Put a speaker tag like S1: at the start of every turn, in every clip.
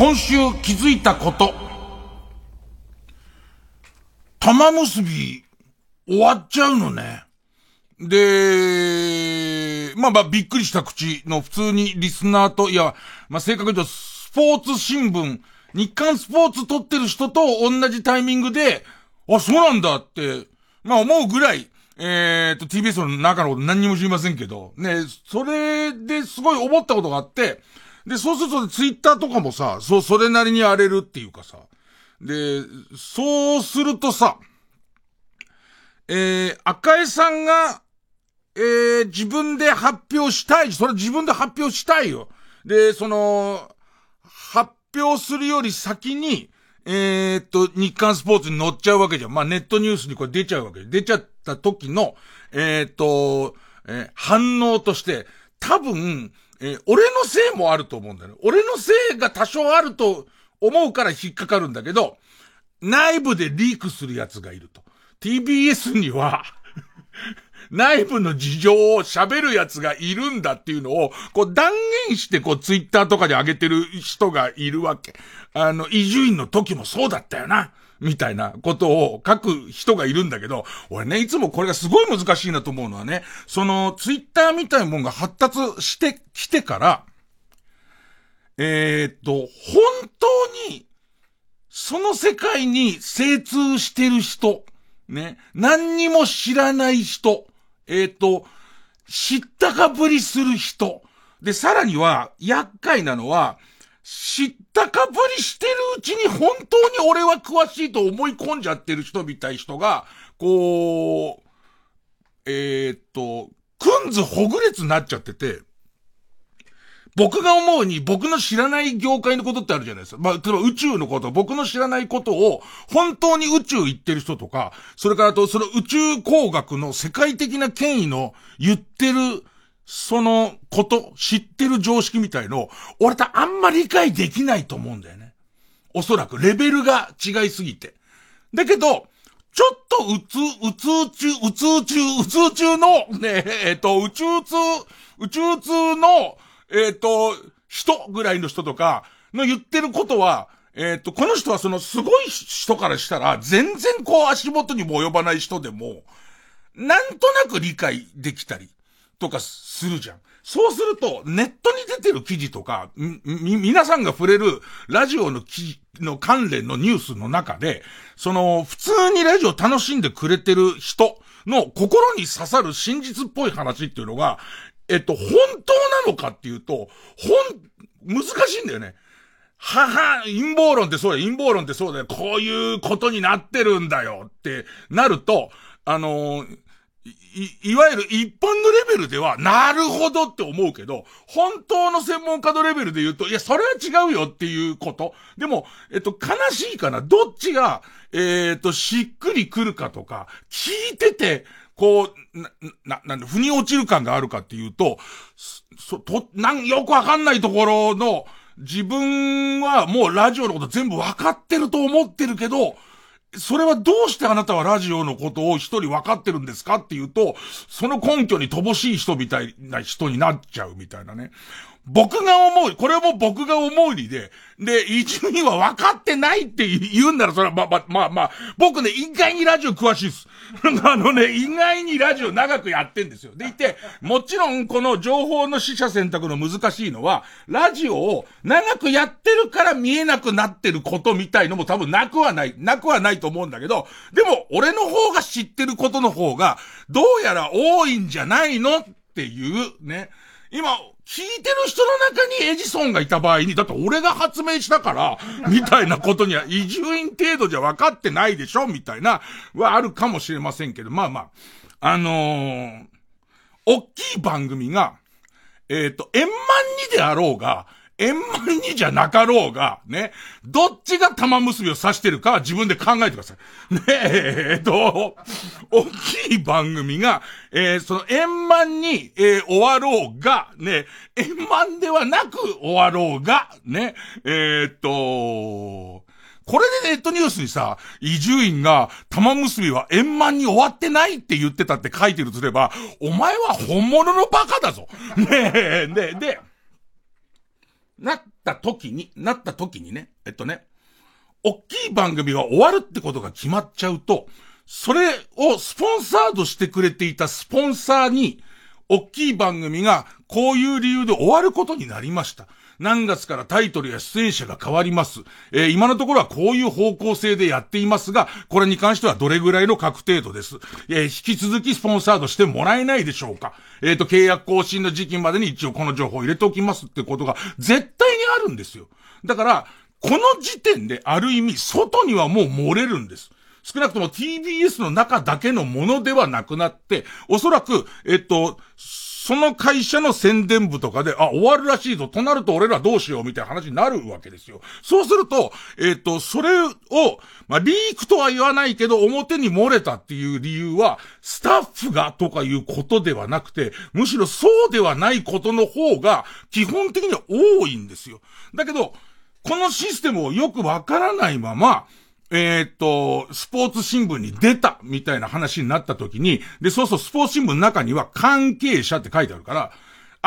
S1: 今週気づいたこと。玉結び終わっちゃうのね。で、びっくりした口の普通にリスナーと、正確に言うとスポーツ新聞、日刊スポーツ撮ってる人と同じタイミングで、そうなんだって、思うぐらい、TBS の中のこと何にも知りませんけど、ね、それですごい思ったことがあって、で、そうするとツイッターとかもさ、それなりに荒れるっていうかさ、で、そうするとさ、赤江さんが、自分で発表したい。それ自分で発表したいよ。で、発表するより先に、日刊スポーツに載っちゃうわけじゃん。ネットニュースにこれ出ちゃうわけ。出ちゃった時の、反応として、多分、俺のせいもあると思うんだよね。俺のせいが多少あると思うから引っかかるんだけど、内部でリークするやつがいると。TBS には、内部の事情を喋るやつがいるんだっていうのを、断言してツイッターとかで上げてる人がいるわけ。伊集院の時もそうだったよな。みたいなことを書く人がいるんだけど、俺ね、いつもこれがすごい難しいなと思うのはね、ツイッターみたいなもんが発達してきてから、本当に、その世界に精通してる人、ね、何にも知らない人、知ったかぶりする人。で、さらには、厄介なのは、知ったかぶりしてるうちに本当に俺は詳しいと思い込んじゃってる人みたい人が、くんずほぐれつになっちゃってて、僕が思うに僕の知らない業界のことってあるじゃないですか。例えば宇宙のこと、僕の知らないことを本当に宇宙行ってる人とか、それからその宇宙工学の世界的な権威の言ってるそのこと、知ってる常識みたいの、俺とあんまり理解できないと思うんだよね。おそらくレベルが違いすぎて。だけど、ちょっと宇宙中の、ね、宇宙通の、人ぐらいの人とかの言ってることは、この人はそのすごい人からしたら、全然足元にも及ばない人でも、なんとなく理解できたりとかするじゃん。そうすると、ネットに出てる記事とか、皆さんが触れるラジオの記事の関連のニュースの中で、普通にラジオ楽しんでくれてる人の心に刺さる真実っぽい話っていうのが、本当なのかっていうと、難しいんだよね。陰謀論ってそうだよ。こういうことになってるんだよってなると、いわゆる一般のレベルでは、なるほどって思うけど、本当の専門家のレベルで言うと、いや、それは違うよっていうこと。でも、悲しいかな。どっちが、しっくりくるかとか、聞いてて、腑に落ちる感があるかっていうと、よくわかんないところの、自分はもうラジオのこと全部わかってると思ってるけど、それはどうしてあなたはラジオのことを一人分かってるんですかっていうと、その根拠に乏しい人みたいな人になっちゃうみたいなね。これも僕が思うにで、伊集院は分かってないって言うんなら、それは僕ね、意外にラジオ詳しいです。意外にラジオ長くやってんですよ。でいて、もちろんこの情報の取捨選択の難しいのは、ラジオを長くやってるから見えなくなってることみたいのも多分なくはないと思うんだけど、でも俺の方が知ってることの方が、どうやら多いんじゃないのっていうね。今、聞いてる人の中にエジソンがいた場合に、だって俺が発明したから、みたいなことには、伊集院程度じゃ分かってないでしょみたいな、はあるかもしれませんけど、大きい番組が、円満にであろうが、円満にじゃなかろうが、ね、どっちが玉結びを指してるかは自分で考えてください。ね大きい番組が、その円満に、終わろうが、ね、円満ではなく終わろうが、ね、これでネットニュースにさ、伊集院が玉結びは円満に終わってないって言ってたって書いてるとすれば、お前は本物のバカだぞ。ねえ、で、 った時にね、大きい番組が終わるってことが決まっちゃうと、それをスポンサードしてくれていたスポンサーに、大きい番組がこういう理由で終わることになりました。何月からタイトルや出演者が変わります。今のところはこういう方向性でやっていますが、これに関してはどれぐらいの確定度です。引き続きスポンサードしてもらえないでしょうか。契約更新の時期までに一応この情報を入れておきますってことが絶対にあるんですよ。だから、この時点である意味、外にはもう漏れるんです。少なくとも TBS の中だけのものではなくなって、おそらく、その会社の宣伝部とかで、終わるらしいぞ、となると俺らどうしようみたいな話になるわけですよ。そうすると、それを、リークとは言わないけど、表に漏れたっていう理由は、スタッフがとかいうことではなくて、むしろそうではないことの方が、基本的には多いんですよ。だけど、このシステムをよくわからないまま、スポーツ新聞に出たみたいな話になった時に、で、そうそう、スポーツ新聞の中には関係者って書いてあるから、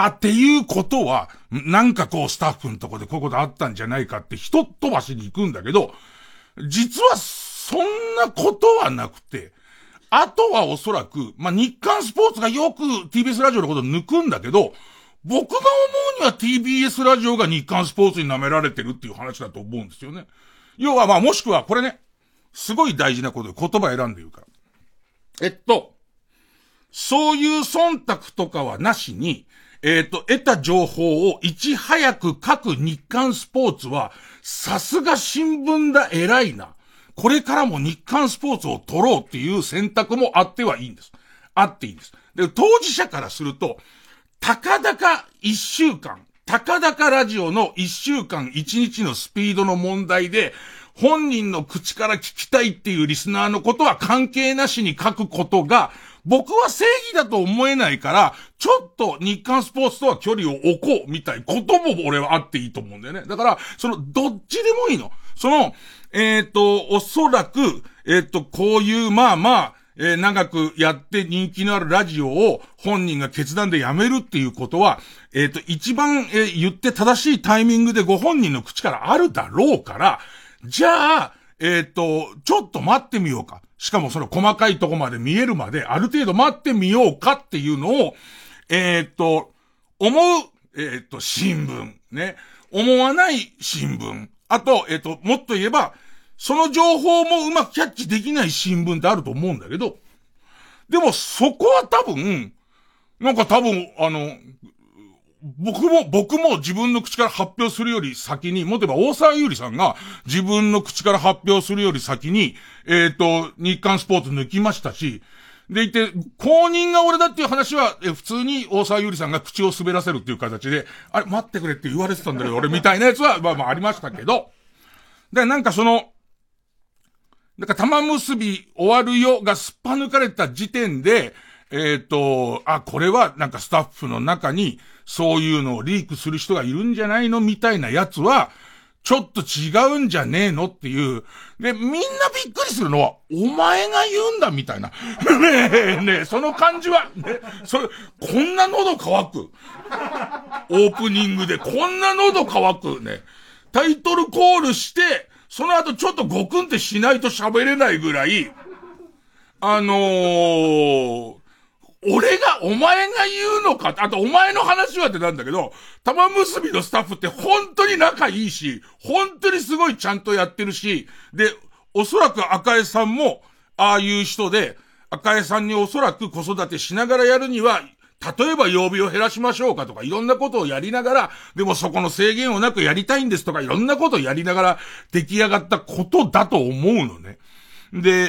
S1: っていうことは、なんかこうスタッフのとこでこういうことあったんじゃないかって一飛ばしに行くんだけど、実はそんなことはなくて、あとはおそらく、日刊スポーツがよく TBS ラジオのことを抜くんだけど、僕が思うには TBS ラジオが日刊スポーツに舐められてるっていう話だと思うんですよね。要はもしくはこれね、すごい大事なことで言葉選んで言うから。そういう忖度とかはなしに、得た情報をいち早く書く日刊スポーツは、さすが新聞だ偉いな。これからも日刊スポーツを取ろうっていう選択もあってはいいんです。あっていいんです。で、当事者からすると、たかだかラジオの1週間1日のスピードの問題で、本人の口から聞きたいっていうリスナーのことは関係なしに書くことが、僕は正義だと思えないから、ちょっと日刊スポーツとは距離を置こうみたいことも俺はあっていいと思うんだよね。だから、どっちでもいいの。おそらく、こういう、長くやって人気のあるラジオを本人が決断でやめるっていうことは、一番、言って正しいタイミングでご本人の口からあるだろうから、じゃあ、ちょっと待ってみようか。しかもその細かいとこまで見えるまで、ある程度待ってみようかっていうのを、思う、新聞、ね。思わない新聞。あと、もっと言えば、その情報もうまくキャッチできない新聞ってあると思うんだけど、でもそこは多分、僕も自分の口から発表するより先に、もっと言えば大沢優里さんが自分の口から発表するより先に、日刊スポーツ抜きましたし、でいて、公認が俺だっていう話は、普通に大沢優里さんが口を滑らせるっていう形で、待ってくれって言われてたんだけど、俺みたいなやつは、ありましたけど、で、玉結び終わるよがすっぱ抜かれた時点で、これはスタッフの中にそういうのをリークする人がいるんじゃないのみたいなやつは、ちょっと違うんじゃねえのっていう。で、みんなびっくりするのは、お前が言うんだみたいな。ねえ、その感じは、ね、こんな喉乾く。オープニングでこんな喉乾くね。タイトルコールして、その後ちょっとゴクンってしないと喋れないぐらい、お前が言うのか、あとお前の話はってなんだけど、玉結びのスタッフって本当に仲いいし、本当にすごいちゃんとやってるし、で、おそらく赤江さんも、ああいう人で、赤江さんにおそらく子育てしながらやるには、例えば曜日を減らしましょうかとかいろんなことをやりながら、でもそこの制限をなくやりたいんですとかいろんなことをやりながら出来上がったことだと思うのね。で、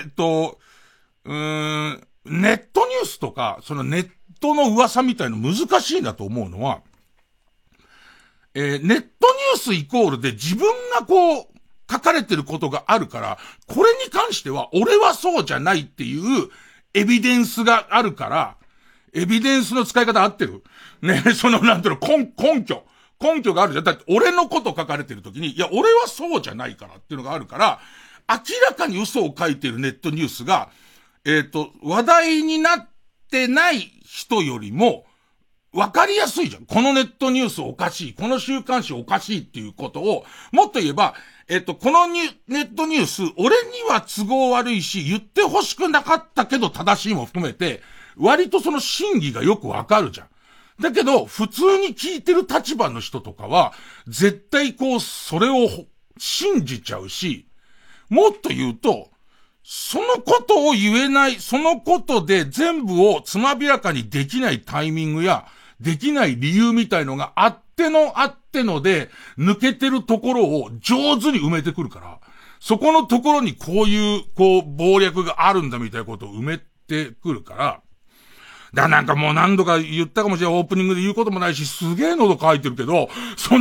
S1: ネットニュースとか、そのネットの噂みたいの難しいなと思うのは、ネットニュースイコールで自分が書かれてることがあるから、これに関しては俺はそうじゃないっていうエビデンスがあるから、エビデンスの使い方合ってるね、根拠があるじゃん。だって俺のこと書かれてる時に、いや、俺はそうじゃないからっていうのがあるから、明らかに嘘を書いてるネットニュースが、話題になってない人よりも、 わかりやすいじゃん。このネットニュースおかしい。この週刊誌おかしいっていうことを、もっと言えば、このネットニュース、俺には都合悪いし、言ってほしくなかったけど正しいも含めて、割とその真偽がよくわかるじゃん。だけど、普通に聞いてる立場の人とかは、絶対それを信じちゃうし、もっと言うと、そのことを言えない、そのことで全部をつまびらかにできないタイミングや、できない理由みたいのがあってので、抜けてるところを上手に埋めてくるから、そこのところにこういう、謀略があるんだみたいなことを埋めてくるから、なんかもう何度か言ったかもしれない、オープニングで言うこともないし、すげえ喉乾いてるけど、ご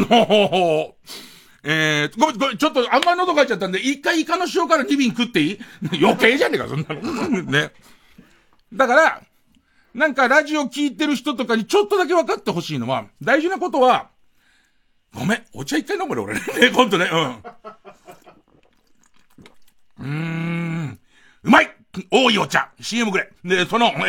S1: めん、ちょっとあんまり喉乾いちゃったんで、一回イカの塩から2瓶食っていい？余計じゃねえか、そんなの。ね。だから、なんかラジオ聞いてる人とかにちょっとだけ分かってほしいのは、大事なことは、ごめん、お茶一回飲むね、俺ね。ほんとね、うまい！多いお茶 !CM くれ。で、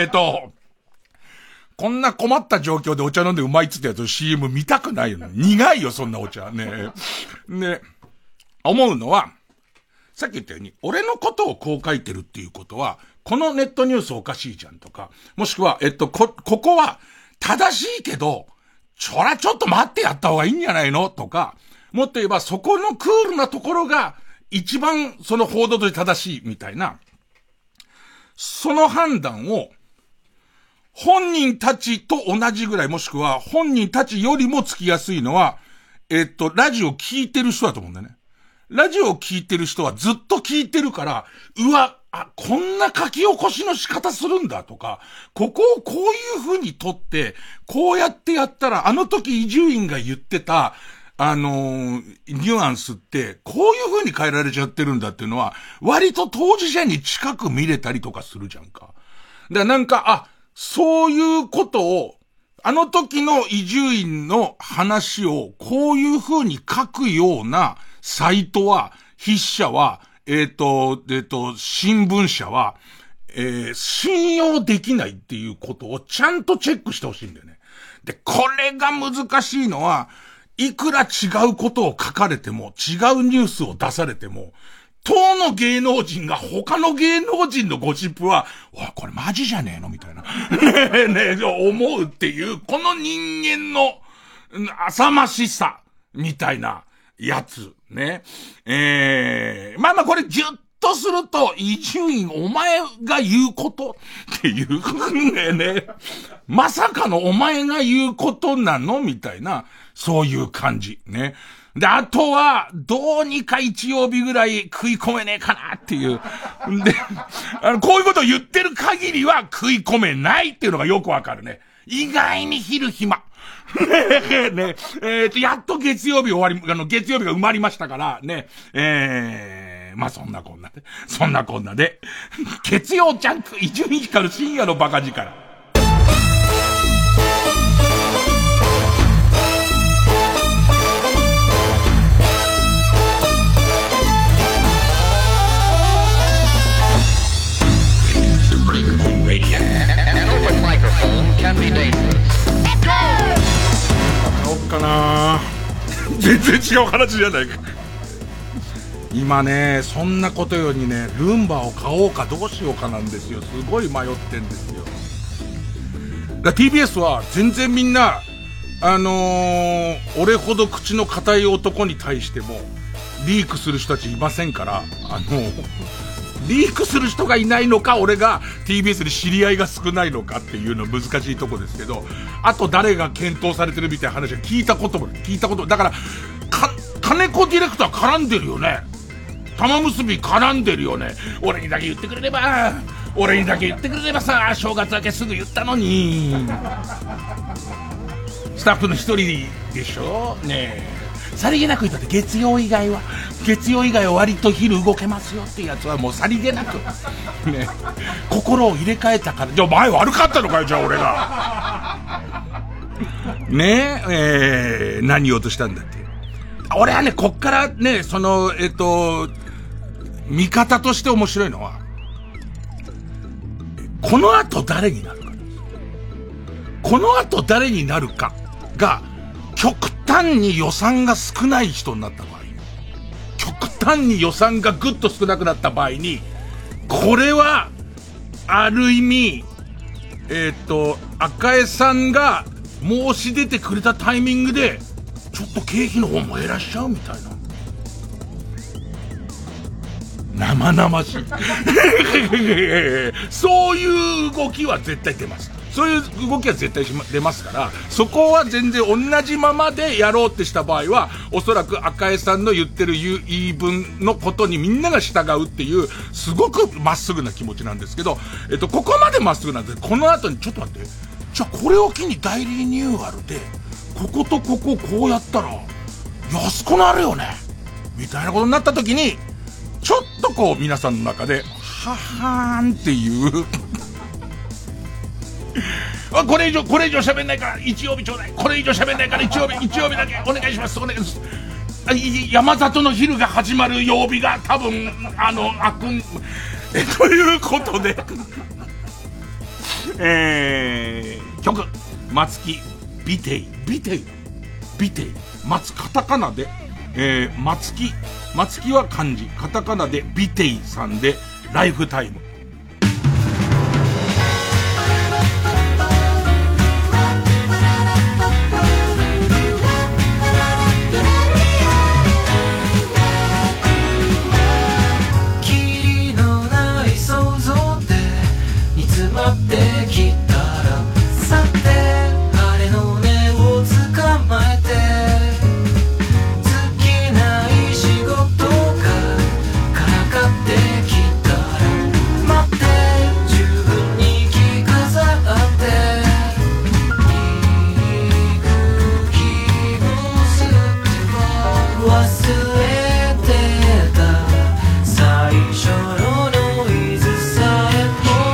S1: こんな困った状況でお茶飲んでうまいっつってやつ CM 見たくないよね。苦いよ、そんなお茶。ね。ね。思うのは、さっき言ったように、俺のことをこう書いてるっていうことは、このネットニュースおかしいじゃんとか、もしくは、ここは、正しいけど、ちょっと待ってやった方がいいんじゃないのとか、もっと言えば、そこのクールなところが、一番その報道として正しいみたいな、その判断を、本人たちと同じぐらい、もしくは本人たちよりもつきやすいのは、ラジオ聞いてる人だと思うんだよね。ラジオを聞いてる人はずっと聞いてるから、こんな書き起こしの仕方するんだとか、ここをこういう風に取って、こうやってやったら、あの時伊集院が言ってた、ニュアンスって、こういう風に変えられちゃってるんだっていうのは、割と当事者に近く見れたりとかするじゃんか。なんか、そういうことを、あの時の伊集院の話をこういう風に書くようなサイトは、筆者は、新聞社は、信用できないっていうことをちゃんとチェックしてほしいんだよね。で、これが難しいのは、いくら違うことを書かれても、違うニュースを出されても、当の芸能人が他の芸能人のゴシップは、これマジじゃねえのみたいな。ねえ、思うっていう、この人間の浅ましさ、みたいなやつ、ね。これギュッとすると、伊集院お前が言うことっていうね、まさかのお前が言うことなのみたいな、そういう感じ、ね。で、あとは、どうにか日曜日ぐらい食い込めねえかなっていう。で、こういうことを言ってる限りは食い込めないっていうのがよくわかるね。意外に昼暇。ね、やっと月曜日月曜日が埋まりましたから、ね、そんなこんなで、月曜ジャンク、伊集院光る深夜のバカ力。買おっかな。全然違う話じゃないか。今ね、そんなことよりね、ルンバを買おうかどうしようかなんですよ。すごい迷ってんですよ。TBS は全然みんな、俺ほど口の固い男に対しても、リークする人たちいませんから、リークする人がいないのか、俺が TBS で知り合いが少ないのかっていうの難しいとこですけど、あと誰が検討されてるみたいな話は聞いたこと、だから、金子ディレクター絡んでるよね。玉結び絡んでるよね。俺にだけ言ってくれればさ、正月明けすぐ言ったのに。スタッフの一人でしょねえ。さりげなく言ったって月曜以外は割と昼動けますよっていうやつはもうさりげなくね、心を入れ替えたから。じゃあ前悪かったのかよ、じゃあ俺がね何言おうとしたんだって。俺はね、こっからね、見方として面白いのは、この後誰になるかです。 この後誰になるかが、極端に予算が少ない人になった場合、極端に予算がぐっと少なくなった場合に、これは、ある意味、赤江さんが申し出てくれたタイミングで、ちょっと経費の方も減らしちゃうみたいな。生々しい。そういう動きは絶対出ます。そういう動きは絶対出ますから、そこは全然同じままでやろうってした場合は、おそらく赤江さんの言ってる言い分のことにみんなが従うっていう、すごくまっすぐな気持ちなんですけど、ここまでまっすぐなんです。この後にちょっと待って、じゃあこれを機に代理リニューアルで、こことこここうやったら、安くなるよねみたいなことになった時に、ちょっとこう皆さんの中で、ははーんっていうこれ以上喋んないから日曜日ちょうだい。これ以上喋んないから日曜日だけお願いします。お願いします。山里の昼が始まる曜日が多分、ということで、曲、松木、ビテイ、松カタカナで、松木は漢字、カタカナでビテイさんで、ライフタイム。
S2: ってきたらさてあれの根を捕まえて尽きない仕事がからかってきたら待って十分に着飾って行く気もすっては忘れてた最初のノイズさえも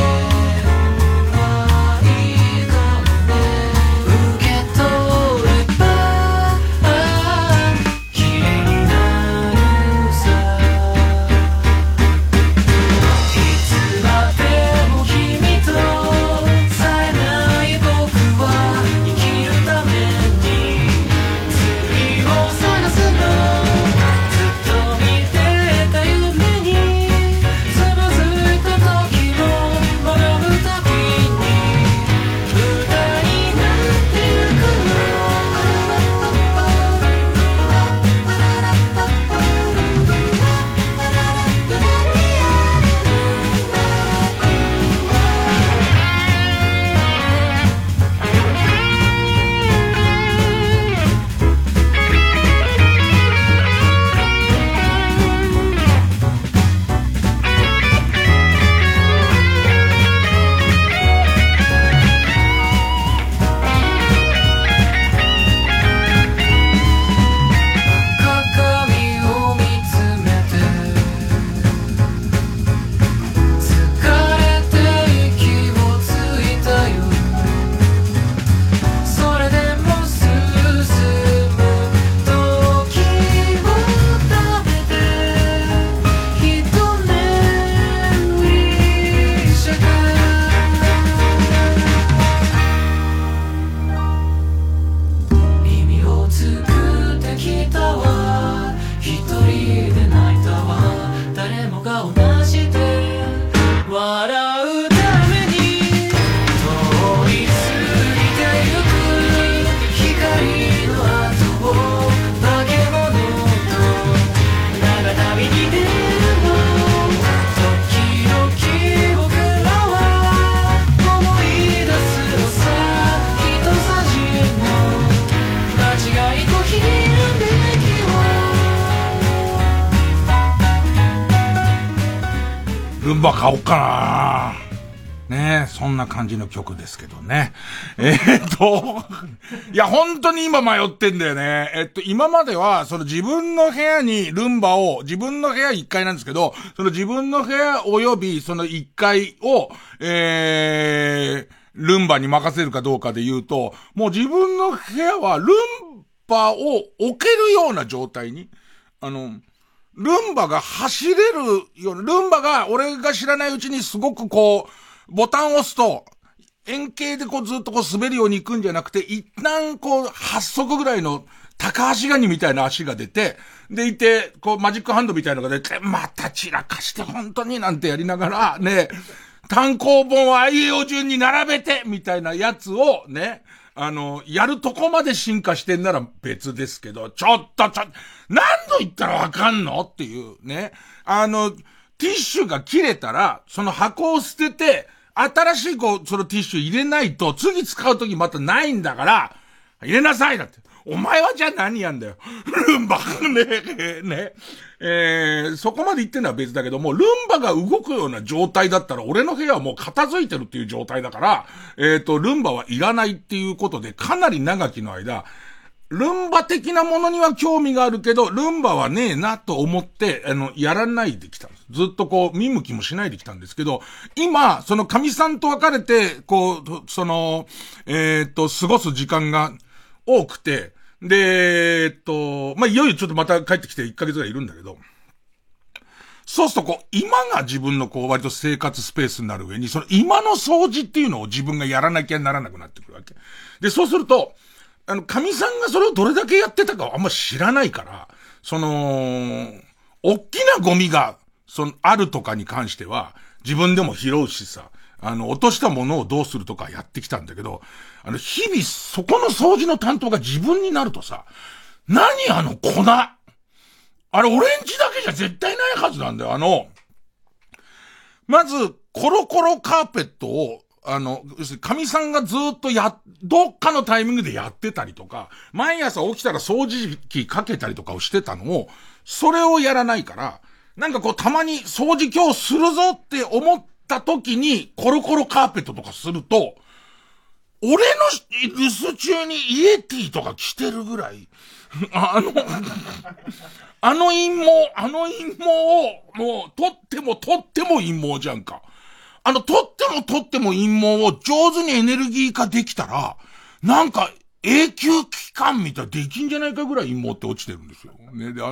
S1: ルンバ買おうかなねえ、そんな感じの曲ですけどね。いや、本当に今迷ってんだよね。今までは、その自分の部屋にルンバを、自分の部屋1階なんですけど、その自分の部屋及びその1階を、ルンバに任せるかどうかで言うと、もう自分の部屋はルンバを置けるような状態に、ルンバが走れるような、ルンバが俺が知らないうちにすごくこう、ボタンを押すと、 円形でこうずっとこう滑るように行くんじゃなくて、一旦こう8足ぐらいの高足ガニみたいな足が出て、でいて、こうマジックハンドみたいなのが出て、また散らかして本当になんてやりながら、ね、単行本をあいうえお順に並べて、みたいなやつをね、やるとこまで進化してんなら別ですけど、何度言ったらわかんのっていうね。ティッシュが切れたら、その箱を捨てて、新しいそのティッシュ入れないと、次使うときまたないんだから、入れなさいだって。お前はじゃあ何やんだよ。ルンバね。そこまで言ってんのは別だけども、ルンバが動くような状態だったら、俺の部屋はもう片付いてるっていう状態だから、ルンバはいらないっていうことで、かなり長きの間、ルンバ的なものには興味があるけど、ルンバはねえなと思って、やらないできたんです。ずっとこう、見向きもしないできたんですけど、今、その神さんと別れて、こう、過ごす時間が多くて、で、いよいよちょっとまた帰ってきて1ヶ月ぐらいいるんだけど、そうするとこう、今が自分のこう、割と生活スペースになる上に、その今の掃除っていうのを自分がやらなきゃならなくなってくるわけ。で、そうすると、神さんがそれをどれだけやってたかはあんま知らないから、大きなゴミが、あるとかに関しては、自分でも拾うしさ、落としたものをどうするとかやってきたんだけど、日々そこの掃除の担当が自分になるとさ、何粉。あれ、俺んちだけじゃ絶対ないはずなんだよ。まず、コロコロカーペットを、要するに神さんがずっとどっかのタイミングでやってたりとか、毎朝起きたら掃除機かけたりとかをしてたのを、それをやらないから、なんかこうたまに掃除今日するぞって思った時に、コロコロカーペットとかすると、俺の留守中にイエティとか着てるぐらい、陰謀を、もう、取っても陰謀じゃんか。取っても陰謀を上手にエネルギー化できたら、なんか、永久期間みたいできんじゃないかぐらい陰謀って落ちてるんですよ。ね、で、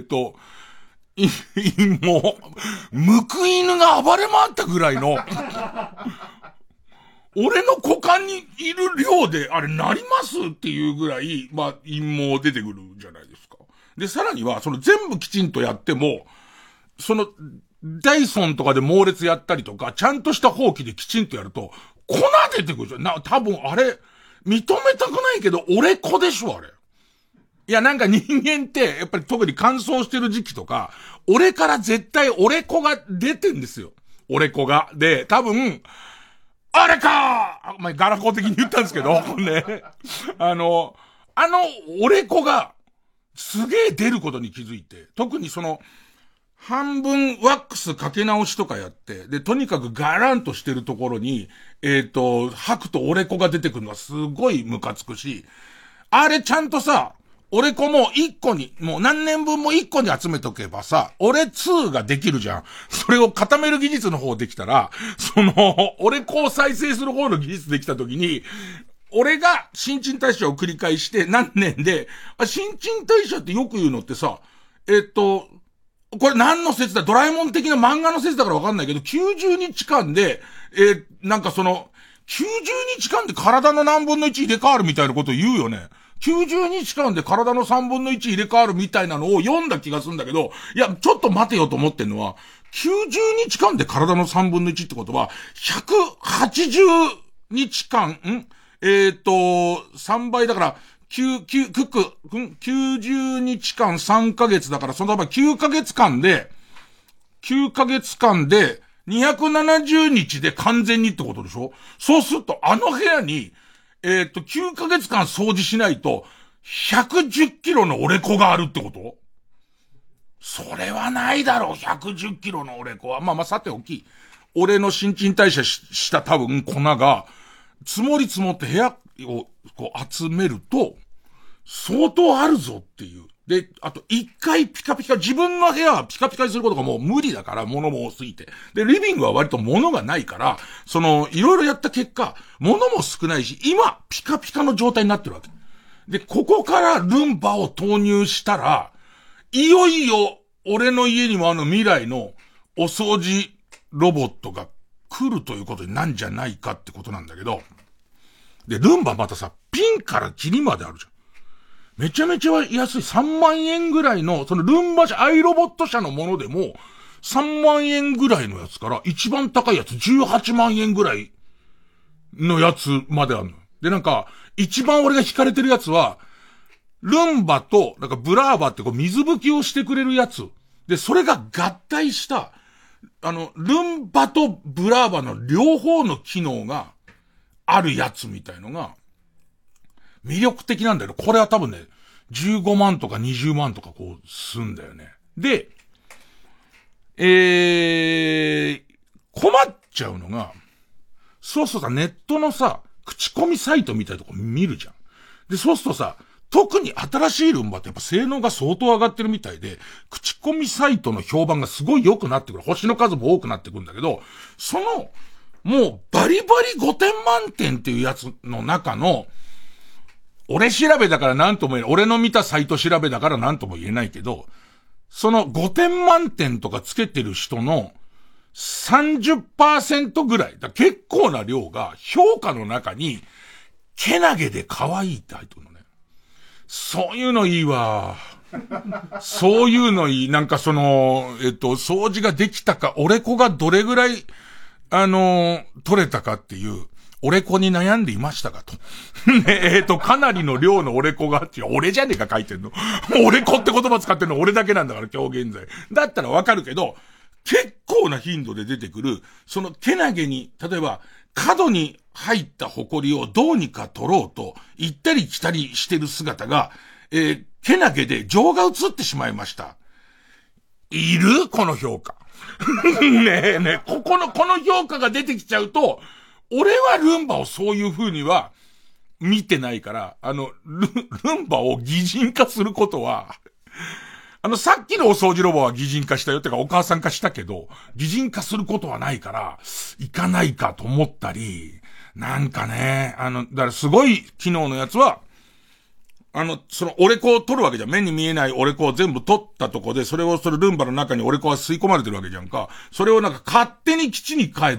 S1: 陰謀、むく犬が暴れ回ったぐらいの、俺の股間にいる量で、あれなりますっていうぐらい、まあ、陰謀出てくるじゃないですか。で、さらには、全部きちんとやっても、ダイソンとかで猛烈やったりとか、ちゃんとしたほうきできちんとやると、粉出てくるじゃん。多分あれ、認めたくないけど、俺子でしょ、あれ。いや、なんか人間って、やっぱり特に乾燥してる時期とか、俺から絶対俺子が出てんですよ。俺子が。で、多分、あれかーガラコ的に言ったんですけど、ね。俺子が、すげえ出ることに気づいて、特に半分ワックスかけ直しとかやって、で、とにかくガランとしてるところに、吐くと俺子が出てくるのがすごいムカつくし、あれちゃんとさ、俺子も一個に、もう何年分も一個に集めとけばさ、俺2ができるじゃん。それを固める技術の方できたら、俺子を再生する方の技術できたときに、俺が新陳代謝を繰り返して何年で、新陳代謝ってよく言うのってさ、これ何の説だ？ドラえもん的な漫画の説だからわかんないけど、90日間で、なんか90日間で体の何分の1入れ替わるみたいなことを言うよね。90日間で体の3分の1入れ替わるみたいなのを読んだ気がするんだけど、いや、ちょっと待てよと思ってんのは、90日間で体の3分の1ってことは、180日間、3倍だから、90日間3ヶ月だから、その場合9ヶ月間で、270日で完全にってことでしょ？そうすると、あの部屋に、9ヶ月間掃除しないと、110キロの俺子があるってこと？それはないだろう、110キロの俺子は。まあさておき、俺の新陳代謝した多分粉が、積もり積もって部屋をこう集めると、相当あるぞっていう。で、あと一回ピカピカ、自分の部屋はピカピカにすることがもう無理だから、物も多すぎて。で、リビングは割と物がないから、いろいろやった結果、物も少ないし、今、ピカピカの状態になってるわけ。で、ここからルンバを投入したら、いよいよ、俺の家にも未来のお掃除ロボットが来来るということになんじゃないかってことなんだけど、で、ルンバまたさ、ピンからキリまであるじゃん。めちゃめちゃ安い3万円ぐらいの、そのルンバ社、アイロボット社のものでも、3万円ぐらいのやつから、一番高いやつ18万円ぐらいのやつまであるの。で、なんか、一番俺が惹かれてるやつは、ルンバと、なんかブラーバってこう水拭きをしてくれるやつ。で、それが合体した、ルンバとブラーバの両方の機能があるやつみたいのが、魅力的なんだよ。これは多分ね、15万とか20万とかこう、すんだよね。で、困っちゃうのが、そうするとさ、ネットのさ、口コミサイトみたいなとこ見るじゃん。で、そうするとさ、特に新しいルンバってやっぱ性能が相当上がってるみたいで、口コミサイトの評判がすごい良くなってくる。星の数も多くなってくるんだけど、その、もうバリバリ5点満点っていうやつの中の、俺調べだからなんとも言えない。俺の見たサイト調べだからなんとも言えないけど、その5点満点とかつけてる人の 30% ぐらい、だ結構な量が評価の中に、けなげで可愛いって入ってるのね。そういうのいいわ。そういうのいい。なんかその、掃除ができたか、オレコがどれぐらい、取れたかっていう、オレコに悩んでいましたかと。ね、かなりの量のオレコがあって、俺じゃねえか書いてんの。オレコって言葉使ってんの俺だけなんだから今日現在。だったらわかるけど、結構な頻度で出てくる、そのけなげに、例えば、角に入ったホコリをどうにか取ろうと、行ったり来たりしてる姿が、けなげで情が移ってしまいました。いる？この評価。ねえねえ、この評価が出てきちゃうと、俺はルンバをそういう風には見てないから、ルンバを擬人化することは、さっきのお掃除ロボは擬人化したよってかお母さん化したけど、擬人化することはないから、いかないかと思ったり、なんかね、だからすごい機能のやつは、そのオレコを取るわけじゃん。目に見えないオレコを全部取ったとこで、それルンバの中にオレコが吸い込まれてるわけじゃんか。それをなんか勝手に基地に帰って、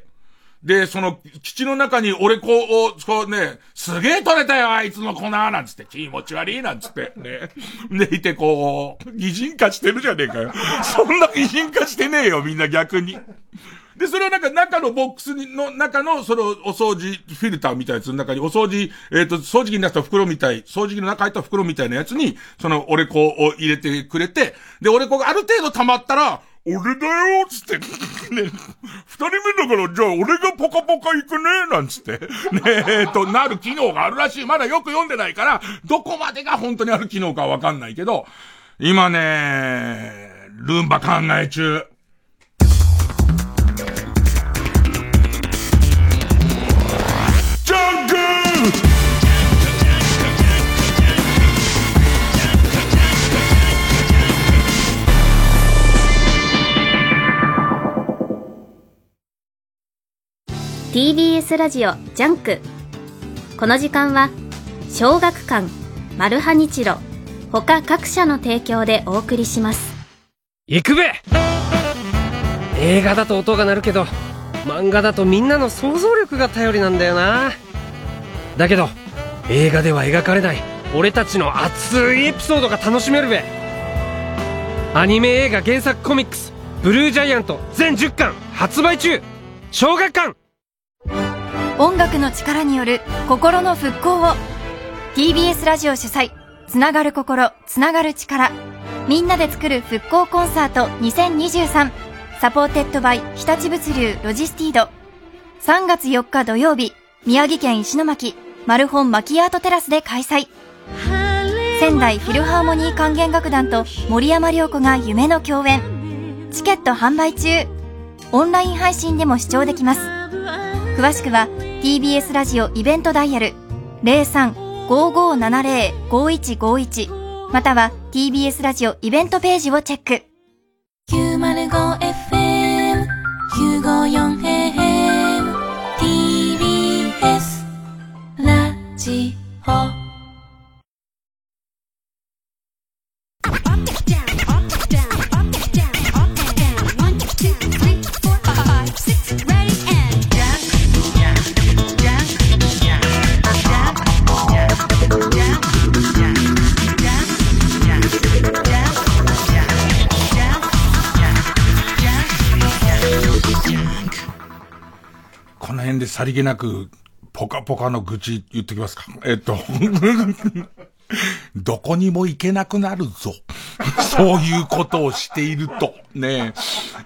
S1: で、その基地の中にオレコを、こうね、すげえ取れたよ、あいつの粉なんつって、気持ち悪いなんつって、ね。でいてこう、擬人化してるじゃねえかよ。そんな擬人化してねえよ、みんな逆に。で、それをなんか中のボックスの中の、そのお掃除フィルターみたいなやつの中に、お掃除、掃除機に出した袋みたい、掃除機の中入った袋みたいなやつに、そのオレコを入れてくれて、で、オレコがある程度溜まったら、俺だよつって、ね、二人目だから、じゃあ俺がポカポカ行くねなんつって、ねなる機能があるらしい。まだよく読んでないから、どこまでが本当にある機能かわかんないけど、今ね、ルンバ考え中。ジャンク
S3: ！TBS ラジオジャンク。この時間は小学館、マルハニチロ他各社の提供でお送りします。
S4: 行くべ。映画だと音が鳴るけど、漫画だとみんなの想像力が頼りなんだよな。だけど映画では描かれない俺たちの熱いエピソードが楽しめるべ。アニメ映画原作コミックスブルージャイアント全10巻発売中。小学館。
S5: 音楽の力による心の復興を TBS ラジオ主催、つながる心、つながる力、みんなで作る復興コンサート2023、サポーテッドバイ日立物流ロジスティード。3月4日土曜日、宮城県石巻マルホンマキアートテラスで開催。仙台フィルハーモニー管弦楽団と森山良子が夢の共演。チケット販売中。オンライン配信でも視聴できます。詳しくは TBS ラジオイベントダイヤル 03-5570-5151 または TBS ラジオイベントページをチェック。
S2: 905FM954AM TBS ラジオ
S1: この辺でさりげなく、ポカポカの愚痴言ってきますか。どこにも行けなくなるぞ。そういうことをしていると。ね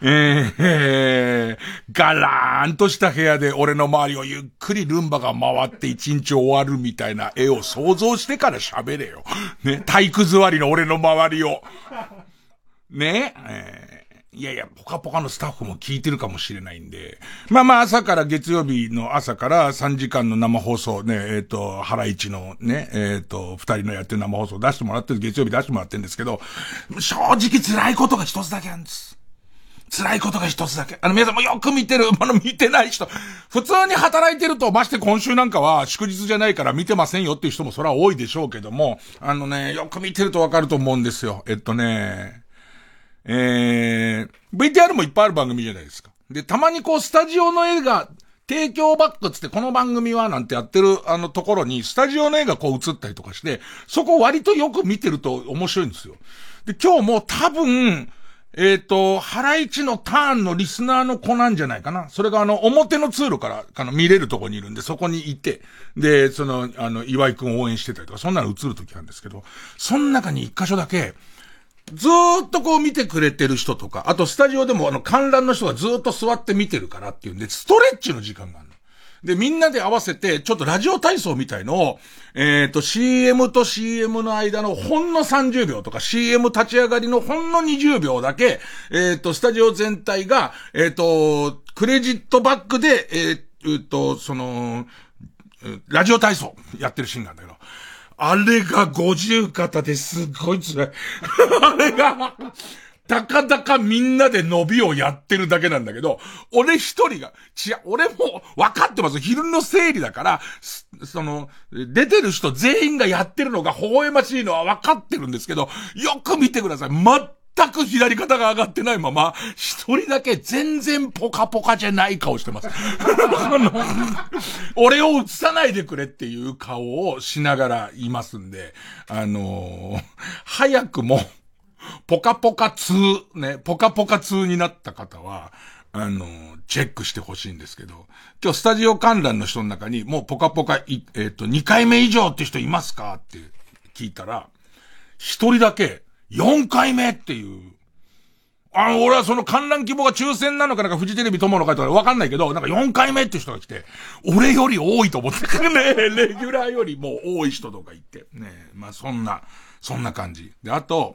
S1: ガラーンとした部屋で俺の周りをゆっくりルンバが回って一日終わるみたいな絵を想像してから喋れよ。ね、体育座りの俺の周りを。ねいやいや、ポカポカのスタッフも聞いてるかもしれないんで。まあ朝から月曜日の朝から3時間の生放送ね、ハライチのね、2人のやってる生放送出してもらってる、月曜日出してもらってるんですけど、正直辛いことが一つだけなんです。辛いことが一つだけ。皆さんもよく見てる、見てない人。普通に働いてると、まして今週なんかは祝日じゃないから見てませんよっていう人もそれは多いでしょうけども、よく見てるとわかると思うんですよ。VTR もいっぱいある番組じゃないですか。で、たまにこう、スタジオの絵が、提供バックつってこの番組はなんてやってるところに、スタジオの絵がこう映ったりとかして、そこ割とよく見てると面白いんですよ。で、今日も多分、ハライチのターンのリスナーの子なんじゃないかな。それが表の通路から見れるとこにいるんで、そこにいて、で、岩井くんを応援してたりとか、そんなの映るときなんですけど、その中に一箇所だけ、ずーっとこう見てくれてる人とか、あとスタジオでも観覧の人がずーっと座って見てるからっていうんで、ストレッチの時間があるの。で、みんなで合わせて、ちょっとラジオ体操みたいのを、CM と CM の間のほんの30秒とか、CM 立ち上がりのほんの20秒だけ、スタジオ全体が、クレジットバックで、ラジオ体操やってるシーンなんだけど、あれが50肩ですごい辛い。あれが、たかだかみんなで伸びをやってるだけなんだけど、俺一人が、俺も分かってます。昼の整理だから、出てる人全員がやってるのが微笑ましいのは分かってるんですけど、よく見てください。全く左肩が上がってないまま、一人だけ全然ポカポカじゃない顔してます。俺を映さないでくれっていう顔をしながらいますんで、早くも、ポカポカ2になった方は、チェックしてほしいんですけど、今日スタジオ観覧の人の中に、もうポカポカ、2回目以上って人いますかって聞いたら、一人だけ、4回目っていう。俺はその観覧希望が抽選なのかなんかフジテレビ友の会とかわかんないけど、なんか4回目って人が来て、俺より多いと思ってくるね。レギュラーよりも多い人とかいて。ねまあそんな感じ。で、あと、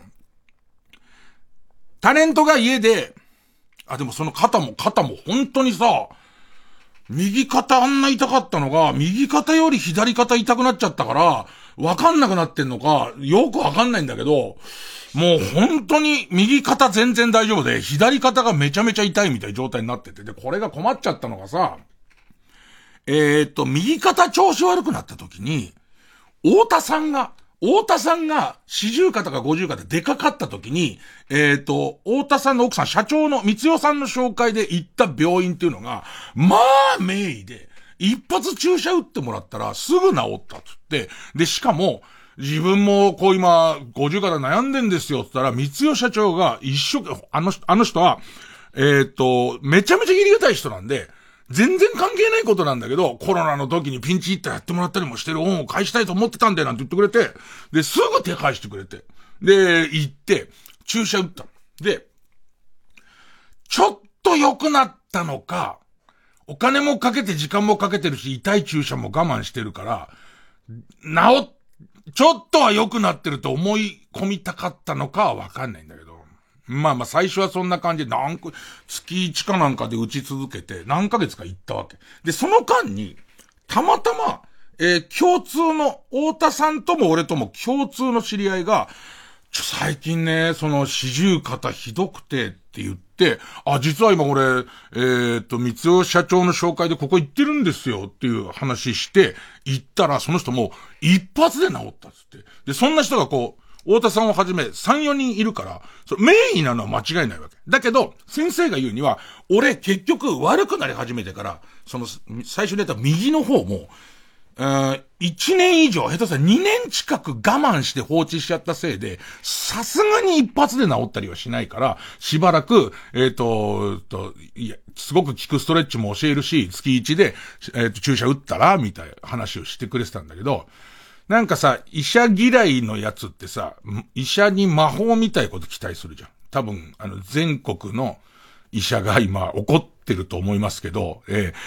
S1: タレントが家で、でもその肩も本当にさ、右肩あんな痛かったのが、右肩より左肩痛くなっちゃったから、わかんなくなってんのか、よくわかんないんだけど、もう本当に右肩全然大丈夫で、左肩がめちゃめちゃ痛いみたいな状態になってて、で、これが困っちゃったのがさ、右肩調子悪くなった時に、太田さんが40肩か50肩でかかった時に、太田さんの奥さん、社長の三代さんの紹介で行った病院っていうのが、まあ、名医で、一発注射打ってもらったらすぐ治ったっつって、で、しかも、自分もこう今、50肩悩んでんですよって言ったら、三代社長があの人は、めちゃめちゃ切りがたい人なんで、全然関係ないことなんだけど、コロナの時にピンチヒッターやってもらったりもしてる恩を返したいと思ってたんでなんて言ってくれて、で、すぐ手返してくれて、で、行って、注射打った。で、ちょっと良くなったのか、お金もかけて時間もかけてるし、痛い注射も我慢してるから、ちょっとは良くなってると思い込みたかったのかはわかんないんだけど、まあ最初はそんな感じで月1かなんかで打ち続けて何ヶ月か行ったわけ。で、その間に、たまたま、共通の、太田さんとも俺とも共通の知り合いが、最近ね、四十肩ひどくてって言って、実は今俺、三代社長の紹介でここ行ってるんですよっていう話して、行ったらその人も一発で治ったっつって。で、そんな人がこう、太田さんをはじめ3、4人いるから、名医なのは間違いないわけ。だけど、先生が言うには、俺結局悪くなり始めてから、最初に言った右の方も、 1年以上、下手したら2年近く我慢して放置しちゃったせいで、さすがに一発で治ったりはしないから、しばらく、いや、すごく効くストレッチも教えるし、月1で、注射打ったら、みたいな話をしてくれてたんだけど、なんかさ、医者嫌いのやつってさ、医者に魔法みたいこと期待するじゃん。多分、全国の医者が今怒ってると思いますけど、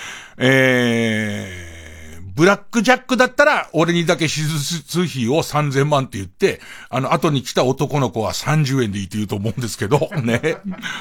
S1: ブラックジャックだったら、俺にだけ手術費を3000万って言って、後に来た男の子は30円でいいって言うと思うんですけど、ね。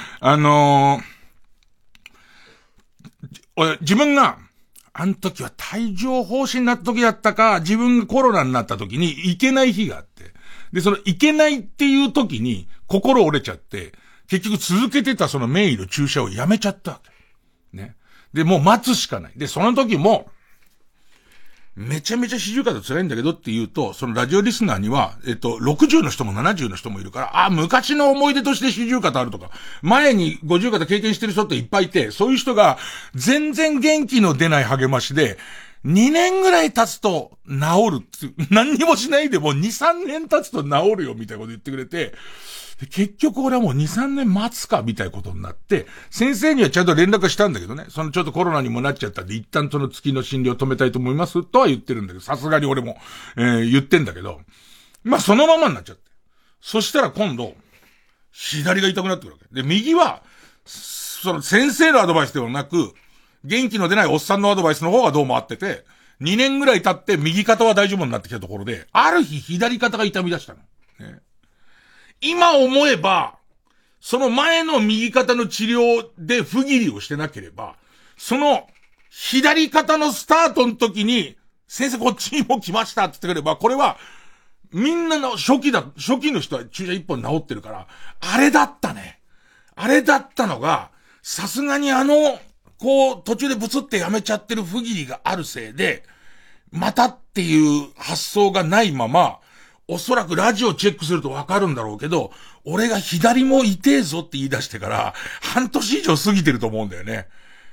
S1: 自分が、あの時は帯状疱疹になった時だったか、自分がコロナになった時に行けない日があって、で、その行けないっていう時に、心折れちゃって、結局続けてたその名医の注射をやめちゃったわけ。ね。で、もう待つしかない。で、その時も、めちゃめちゃ四十肩辛いんだけどって言うと、そのラジオリスナーには、60の人も70の人もいるから、昔の思い出として四十肩あるとか、前に50肩経験してる人っていっぱいいて、そういう人が全然元気の出ない励ましで、2年ぐらい経つと治るって、何にもしないでも2、3年経つと治るよみたいなこと言ってくれて、結局俺はもう2、3年待つかみたいなことになって、先生にはちゃんと連絡したんだけどね、ちょっとコロナにもなっちゃったんで、一旦その月の診療止めたいと思いますとは言ってるんだけど、さすがに俺も、言ってんだけど、まあそのままになっちゃって。そしたら今度、左が痛くなってくるわけ。で、右は、その先生のアドバイスではなく、元気の出ないおっさんのアドバイスの方がどうも合ってて、2年ぐらい経って右肩は大丈夫になってきたところで、ある日左肩が痛み出したの。ね、今思えば、その前の右肩の治療で不義理をしてなければ、その左肩のスタートの時に、先生こっちにも来ましたって言ってくれば、これはみんなの初期の人は注射1本治ってるから、あれだったね。あれだったのが、さすがに途中でブツってやめちゃってる不義理があるせいで、またっていう発想がないまま、おそらくラジオチェックするとわかるんだろうけど、俺が左も痛えぞって言い出してから、半年以上過ぎてると思うんだよね。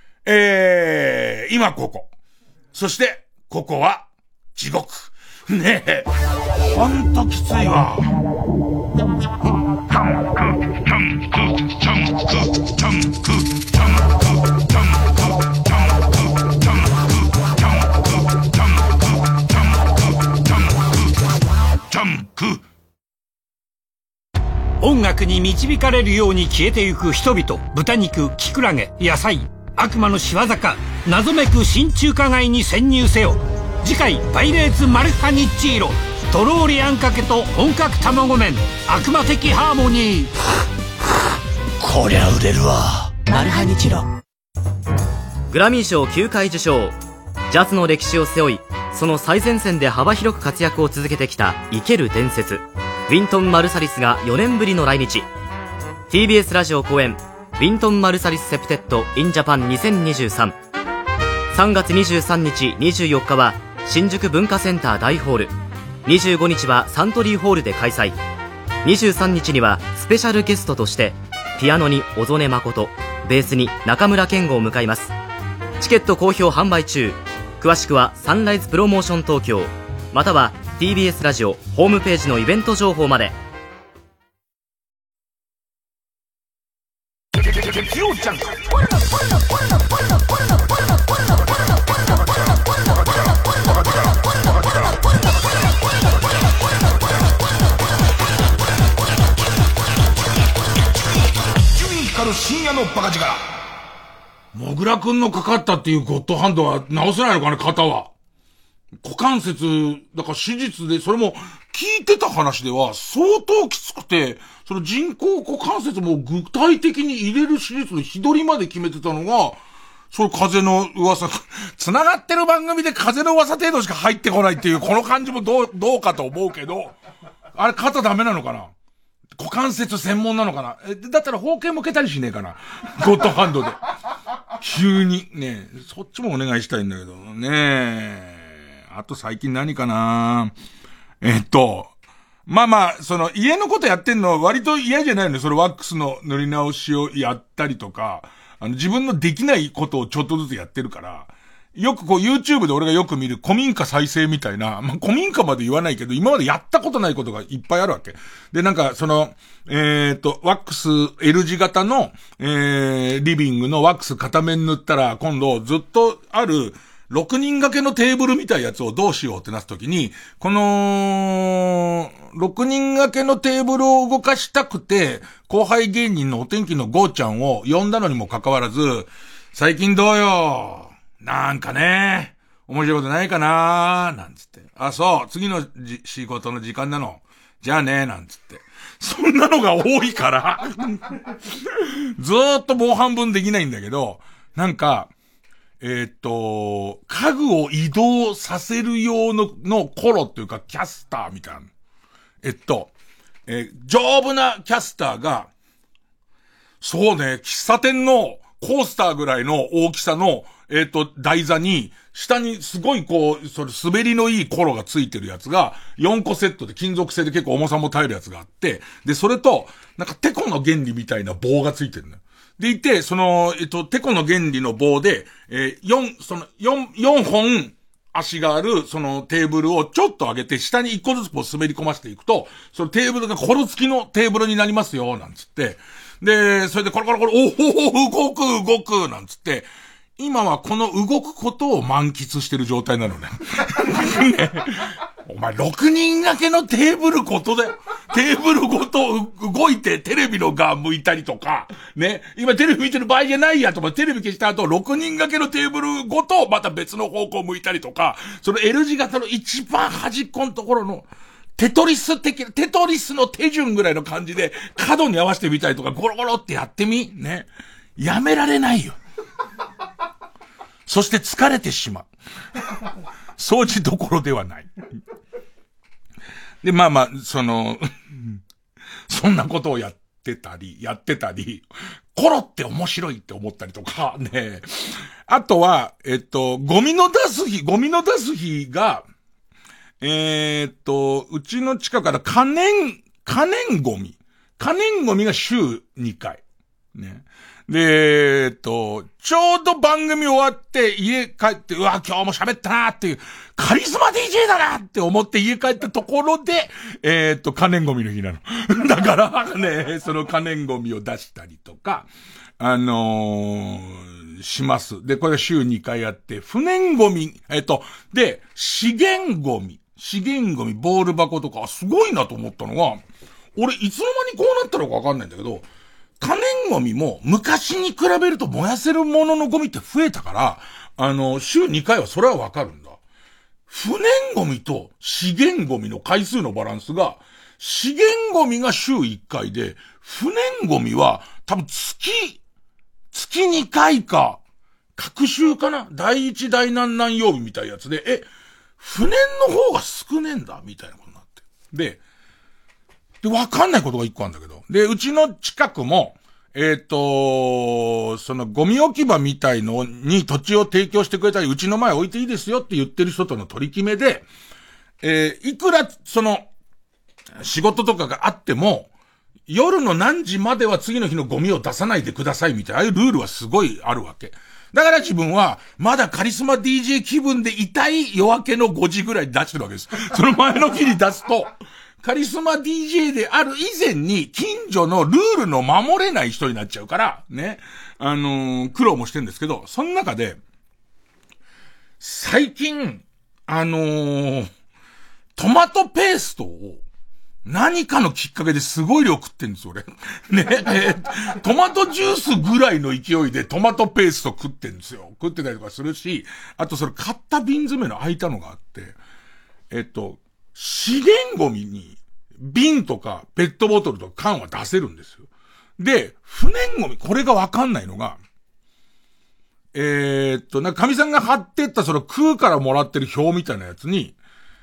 S1: 今ここ。そして、ここは、地獄。ねえ。ほんときついわ。
S6: 音楽に導かれるように消えてゆく人々、豚肉、キクラゲ、野菜、悪魔の仕業か、謎めく新中華街に潜入せよ。次回パイレーツマルハニッチーロ、とろーりあんかけと本格卵麺、悪魔的ハーモニー。
S7: こりゃ売れるわ。マルハニチロ。
S8: グラミー賞9回受賞、ジャズの歴史を背負い、その最前線で幅広く活躍を続けてきた生ける伝説、ウィントン・マルサリスが4年ぶりの来日。 TBS ラジオ公演ウィントン・マルサリスセプテッド・イン・ジャパン2023。 3月23日24日は新宿文化センター大ホール、25日はサントリーホールで開催。23日にはスペシャルゲストとしてピアノに小曽根誠、ベースに中村健吾を迎えます。チケット好評販売中。詳しくはサンライズプロモーション東京、または TBS ラジオホームページのイベント情報まで。
S1: 深夜のバカ力。もぐらくんのかかったっていうゴッドハンドは直せないのかね、肩は。股関節、だから手術で、それも聞いてた話では相当きつくて、その人工股関節も具体的に入れる手術の日取りまで決めてたのが、それ風の噂、繋がってる番組で風の噂程度しか入ってこないっていう、この感じもどうかと思うけど、あれ肩ダメなのかな？股関節専門なのかな？だったら包茎もけたりしねえかな？ゴッドハンドで。急に。ねえ、そっちもお願いしたいんだけどね。あと最近何かな？まあ、その家のことやってんのは割と嫌じゃないのね。それワックスの塗り直しをやったりとか、自分のできないことをちょっとずつやってるから、 よくこう YouTube で俺がよく見る古民家再生みたいな、まあ、古民家まで言わないけど、今までやったことないことがいっぱいあるわけ。で、なんかその、ワックス L 字型の、リビングのワックス片面塗ったら、今度ずっとある、6人掛けのテーブルみたいなやつをどうしようってなった時に、この、6人掛けのテーブルを動かしたくて、後輩芸人のお天気のゴーちゃんを呼んだのにもかかわらず、最近どうよなんかね、面白いことないかななんつって。あ、そう、次の仕事の時間なの。じゃあね、なんつって。そんなのが多いから、ずーっともう半分できないんだけど、なんか、家具を移動させる用の頃っていうかキャスターみたいな。丈夫なキャスターが、そうね、喫茶店のコースターぐらいの大きさの、台座に、下にすごいこう、それ滑りのいいコロがついてるやつが、4個セットで金属製で結構重さも耐えるやつがあって、で、それと、なんかテコの原理みたいな棒がついてるのよ。でいて、その、テコの原理の棒で、4本足がある、そのテーブルをちょっと上げて、下に1個ずつこう滑り込ませていくと、そのテーブルがコロ付きのテーブルになりますよ、なんつって。で、それでコロコロコロ、動く、なんつって、今はこの動くことを満喫してる状態なのね。ねお前6人掛けのテーブルごとだよ。テーブルごと動いてテレビの側向いたりとか、ね。今テレビ見てる場合じゃないやとか、テレビ消した後6人掛けのテーブルごとまた別の方向向いたりとか、その L 字型の一番端っこのところの、テトリスの手順ぐらいの感じで角に合わせてみたりとかゴロゴロってやってみね。やめられないよ。そして疲れてしまう。掃除どころではない。で、まあまあ、そんなことをやってたり、コロって面白いって思ったりとか、ね。あとは、ゴミの出す日が、うちの近くから可燃ゴミが週2回。ね。で、ちょうど番組終わって家帰って、うわ、今日も喋ったなっていう、カリスマ DJ だなって思って家帰ったところで、可燃ゴミの日なの。だからね、その可燃ゴミを出したりとか、します。で、これ週2回やって、不燃ゴミ、で、資源ゴミ、ボール箱とか、すごいなと思ったのが、俺、いつの間にこうなったのかわかんないんだけど、可燃ゴミも昔に比べると燃やせるもののゴミって増えたから、週2回はそれはわかるんだ。不燃ゴミと資源ゴミの回数のバランスが、資源ゴミが週1回で、不燃ゴミは多分月2回か、隔週かな第1第何々曜日みたいなやつで、不燃の方が少ねえんだみたいなことになって。で、わかんないことが1個あるんだけど。で、うちの近くも、そのゴミ置き場みたいのに土地を提供してくれたり、うちの前置いていいですよって言ってる人との取り決めで、いくら、仕事とかがあっても、夜の何時までは次の日のゴミを出さないでくださいみたいな、ああいうルールはすごいあるわけ。だから自分は、まだカリスマ DJ 気分でいたい夜明けの5時ぐらいに出してるわけです。その前の日に出すと、カリスマ DJ である以前に、近所のルールの守れない人になっちゃうから、ね。苦労もしてるんですけど、その中で、最近、トマトペーストを、何かのきっかけですごい量食ってんですよ、俺。ね。トマトジュースぐらいの勢いでトマトペースト食ってんですよ。食ってたりとかするし、あとそれ買った瓶詰めの開いたのがあって、資源ゴミに瓶とかペットボトルとか缶は出せるんですよ。で、不燃ゴミ、これがわかんないのが、なんか神さんが貼ってったその空からもらってる表みたいなやつに、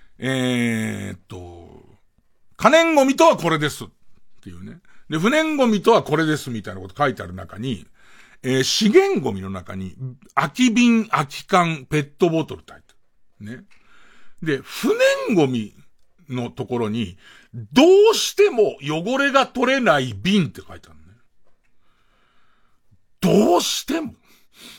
S1: 可燃ゴミとはこれですっていうね。で、不燃ゴミとはこれですみたいなこと書いてある中に、資源ゴミの中に、空き瓶、空き缶、ペットボトルって入ってる。ね。で、不燃ゴミのところに、どうしても汚れが取れない瓶って書いてあるね。どうしても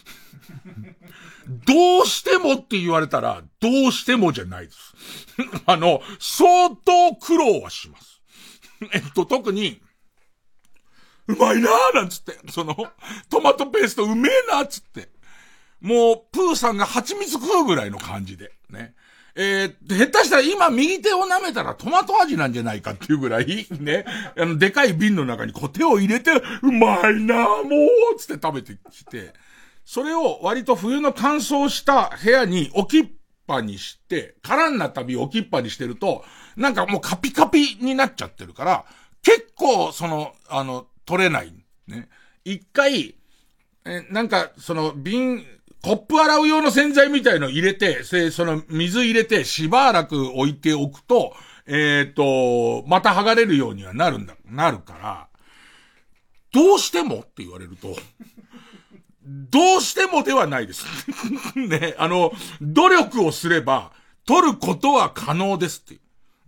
S1: どうしてもって言われたら、どうしてもじゃないです。相当苦労はします。特に、うまいなーなんつって、トマトペーストうめえなーつって、もう、プーさんが蜂蜜食うぐらいの感じで、ね。下手したら今右手を舐めたらトマト味なんじゃないかっていうぐらい、ね。でかい瓶の中にこう手を入れて、うまいなーもうつって食べてきて、それを割と冬の乾燥した部屋に置きっぱにして、空になった瓶置きっぱにしてると、なんかもうカピカピになっちゃってるから、結構取れない。ね。一回、なんか瓶、コップ洗う用の洗剤みたいの入れて、水入れてしばらく置いておくと、また剥がれるようにはなるから、どうしてもって言われると、どうしてもではないです。ね、努力をすれば、取ることは可能ですっていう。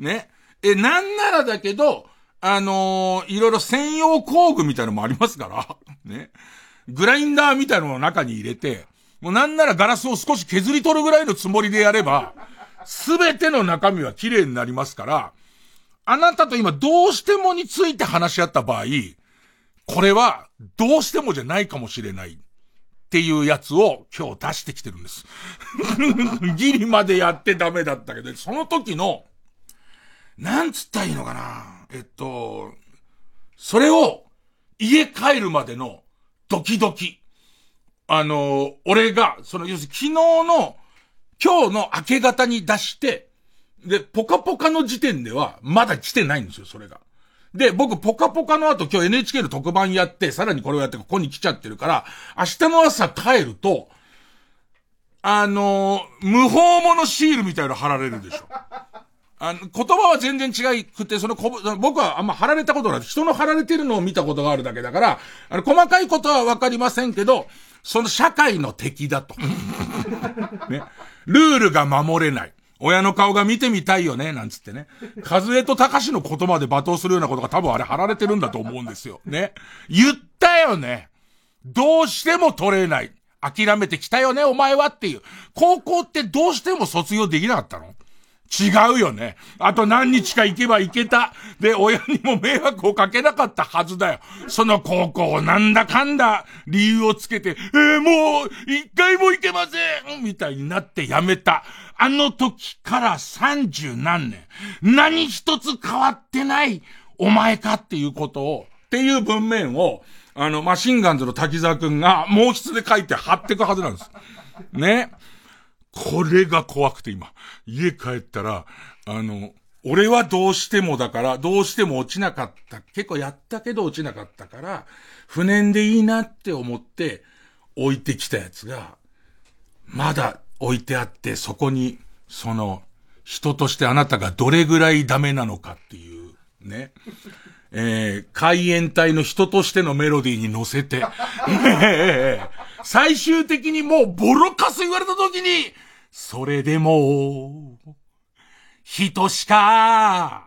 S1: ね。なんならだけど、いろいろ専用工具みたいなのもありますから、ね。グラインダーみたいなのを中に入れて、もうなんならガラスを少し削り取るぐらいのつもりでやれば、すべての中身は綺麗になりますから、あなたと今どうしてもについて話し合った場合、これはどうしてもじゃないかもしれないっていうやつを今日出してきてるんです。ギリまでやってダメだったけど、その時の、なんつったらいいのかな。それを家帰るまでのドキドキ。俺が、要するに昨日の、今日の明け方に出して、で、ポカポカの時点では、まだ来てないんですよ、それが。で、僕、ポカポカの後、今日 NHK の特番やって、さらにこれをやって、ここに来ちゃってるから、明日の朝帰ると、無法者シールみたいなの貼られるでしょ。言葉は全然違くて、僕はあんま貼られたことない。人の貼られてるのを見たことがあるだけだから、細かいことはわかりませんけど、その社会の敵だと。ね。ルールが守れない。親の顔が見てみたいよね、なんつってね。和江と高志の言葉で罵倒するようなことが多分あれ貼られてるんだと思うんですよ。ね。言ったよね。どうしても取れない。諦めてきたよね、お前はっていう。高校ってどうしても卒業できなかったの？違うよね。あと何日か行けば行けた。で、親にも迷惑をかけなかったはずだよ。その高校をなんだかんだ理由をつけて、もう一回も行けませんみたいになってやめた。あの時から30何年。何一つ変わってないお前かっていうことを、っていう文面を、マシンガンズの滝沢くんが毛筆で書いて貼ってくはずなんです。ね。これが怖くて今。家帰ったら、俺はどうしてもだから、どうしても落ちなかった。結構やったけど落ちなかったから、不燃でいいなって思って置いてきたやつが、まだ置いてあって、そこに、人としてあなたがどれぐらいダメなのかっていう、ね。海援隊の人としてのメロディーに乗せて、最終的にもうボロカス言われた時に、それでも、人しか、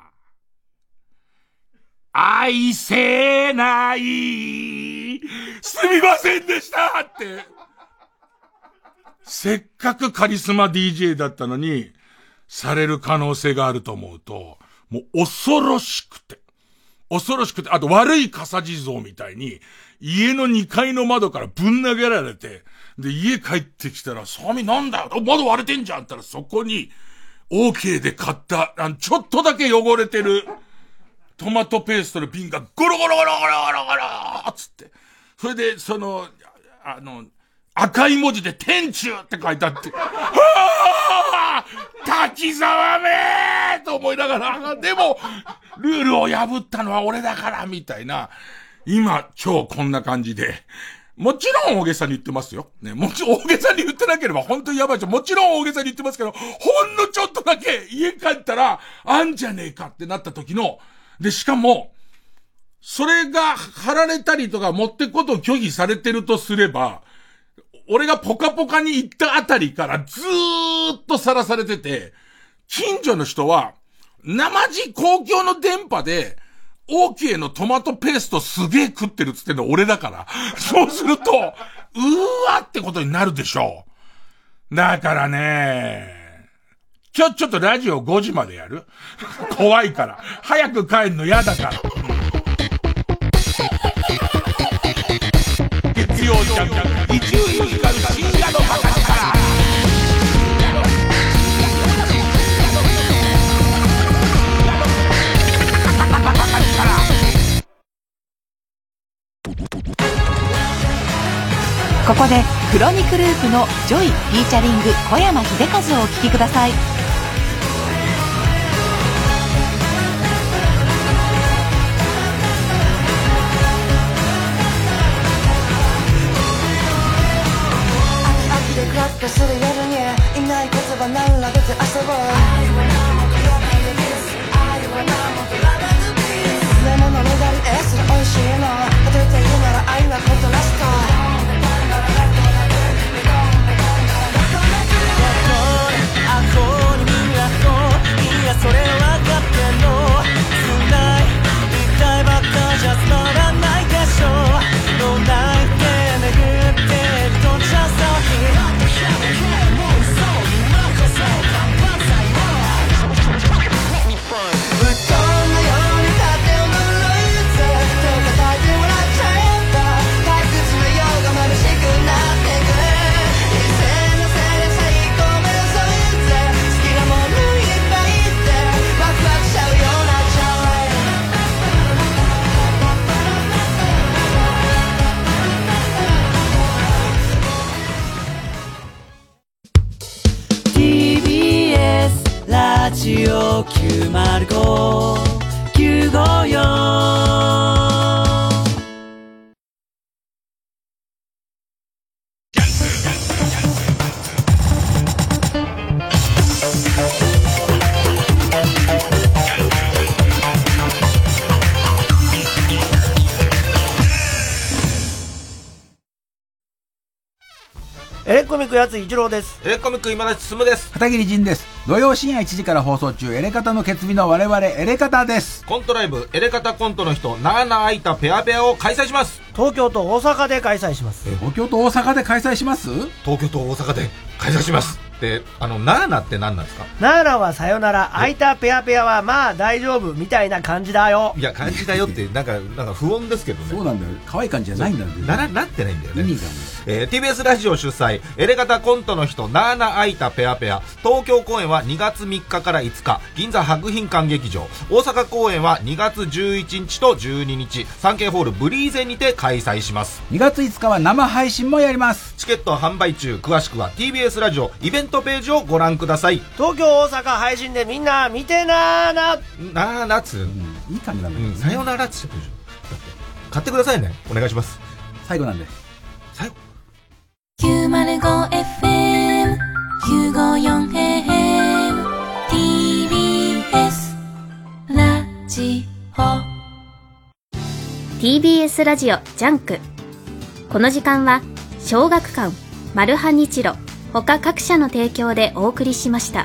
S1: 愛せない、すみませんでしたって。せっかくカリスマ DJ だったのに、される可能性があると思うと、もう恐ろしくて、あと悪い傘地蔵みたいに、家の2階の窓からぶん投げられて、で、家帰ってきたら、サミなんだよ、窓割れてんじゃんったら、そこに、OK で買った、ちょっとだけ汚れてる、トマトペーストの瓶がゴロゴロゴロゴロゴロゴロつって、それで、赤い文字で天中って書いてあって、はぁ滝沢めーと思いながら、でも、ルールを破ったのは俺だから、みたいな、今日こんな感じで、もちろん大げさに言ってますよ。ね、もちろん大げさに言ってなければ本当にやばいじゃん。もちろん大げさに言ってますけど、ほんのちょっとだけ家帰ったら、あんじゃねえかってなった時の、で、しかも、それが貼られたりとか持ってくことを拒否されてるとすれば、俺がポカポカに行ったあたりからずーっとさらされてて、近所の人は、生地公共の電波で、OK のトマトペーストすげえ食ってるっつってんの俺だから。そうすると、 わってことになるでしょう。だからね、ちょっとラジオ5時までやる怖いから。早く帰んの嫌だから。月曜ジャンク、伊集院光深夜のバカ力。
S9: ここでクロニクループのジョイフィーチャリング小山秀和をお聴きください。
S2: 秋でクラッとする夜にいない言葉何ら出て遊ぼう。レモンのメダルすら美味しいの。例えて言うなら愛はコントラスト。それ分かってんのつない痛いばっかじゃつまらないでしょ。どう泣いて巡ってどっちゃラジオ905-954
S10: エレコミックやつ一郎です。
S11: エレコミック今立進です。
S12: 片桐仁です。土曜深夜1時から放送中、エレカタの決日の我々エレカタです。
S11: コントライブエレカタコントの人なあなあいたペアペアを開催します。
S10: 東京と大阪で開催します。
S12: 東京と大阪で開催します。
S11: 東京と大阪で開催します。で、なあなって何なんですか。
S10: なあなはさよなら、あいたペアペアはまあ大丈夫みたいな感じだよ。
S11: いや感じだよってなんか不穏ですけどね。
S12: そうなんだよ。可愛い感じじゃないんだよ。
S11: なってないんだよね。
S12: 意味がね。
S11: TBS ラジオ主催エレカタコントの人なあなあいたペアペア、東京公演は2月3日から5日銀座博品館劇場、大阪公演は2月11日と12日サンケイホールブリーゼにて開催します。
S12: 2月5日は生配信もやります。
S11: チケット販売中。詳しくは TBS ラジオイベントページをご覧ください。
S10: 東京大阪配信でみんな見てなーな
S11: なーなつ、
S12: いい感じなんだよ、
S11: さよならっつってるでしょ。買ってくださいね。お願いします。
S12: 最後なんで。
S11: 最後
S2: 905FM 954AM TBS ラジオ
S3: TBS ラジオジャンク。この時間は小学館マルハニチロ他各社の提供でお送りしました。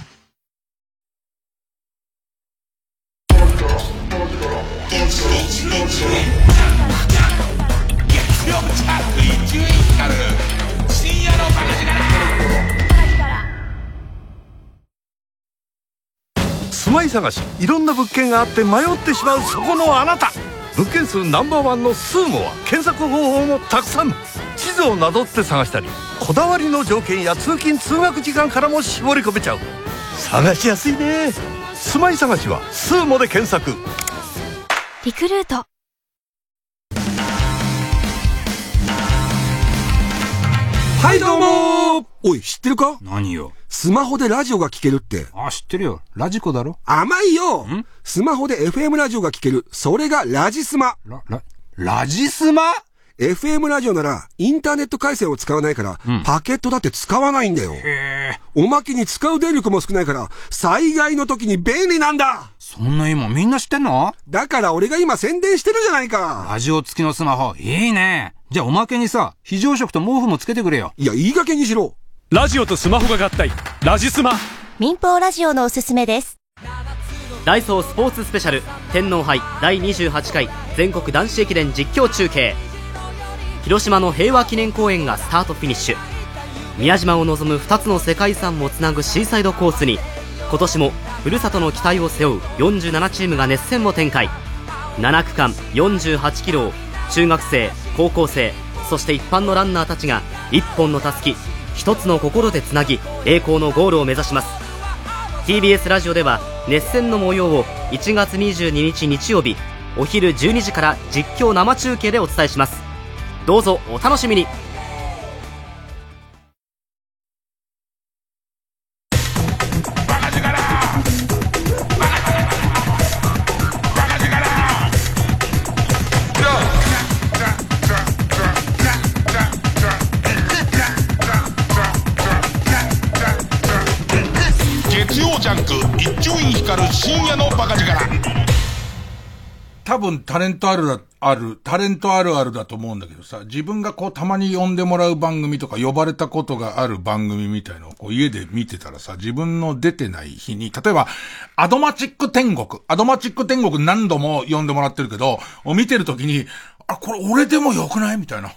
S13: 住まい探し、いろんな物件があって迷ってしまうそこのあなた、物件数ナンバーワンのスーモは検索方法もたくさん。地図をなぞって探したり、こだわりの条件や通勤通学時間からも絞り込めちゃう。探しやすいね。住まい探しはスーモで検索。
S5: リクルート。
S14: はいどうもー。おい知ってるか。
S15: 何よ。
S14: スマホでラジオが聴けるって。
S15: あ、知ってるよ。ラジコだろ。
S14: 甘いよ。スマホで FM ラジオが聴ける。それがラジスマ。
S15: ラジスマ？
S14: FM ラジオならインターネット回線を使わないから、パケットだって使わないんだよ。おまけに使う電力も少ないから災害の時に便利なんだ。
S15: そんな今みんな知ってんの？
S14: だから俺が今宣伝してるじゃないか。
S15: ラジオ付きのスマホいいね。じゃあおまけにさ、非常食と毛布もつけてくれよ。
S14: いや、いい加減にしろ。
S16: ラジオとスマホが合体、ラジスマ。
S9: 民放ラジオのおすすめです。
S8: ダイソースポーツスペシャル天皇杯第28回全国男子駅伝実況中継。 広島の平和記念公園がスタートフィニッシュ。宮島を望む2つの世界遺産もつなぐシーサイドコースに今年もふるさとの期待を背負う47チームが熱戦を展開。7区間48キロを中学生、高校生、そして一般のランナーたちが1本のたすき、1つの心でつなぎ栄光のゴールを目指します。 TBS ラジオでは熱戦の模様を1月22日日曜日お昼12時から実況生中継でお伝えします。どうぞお楽しみに。
S1: 月曜ジャンク一丁院光る深夜のバカ力。多分タレントあるあるだと思うんだけどさ、自分がこうたまに呼んでもらう番組とか呼ばれたことがある番組みたいのをこう家で見てたらさ、自分の出てない日に、例えばアドマチック天国何度も呼んでもらってるけど、見てる時に、あ、これ俺でもよくないみたいな。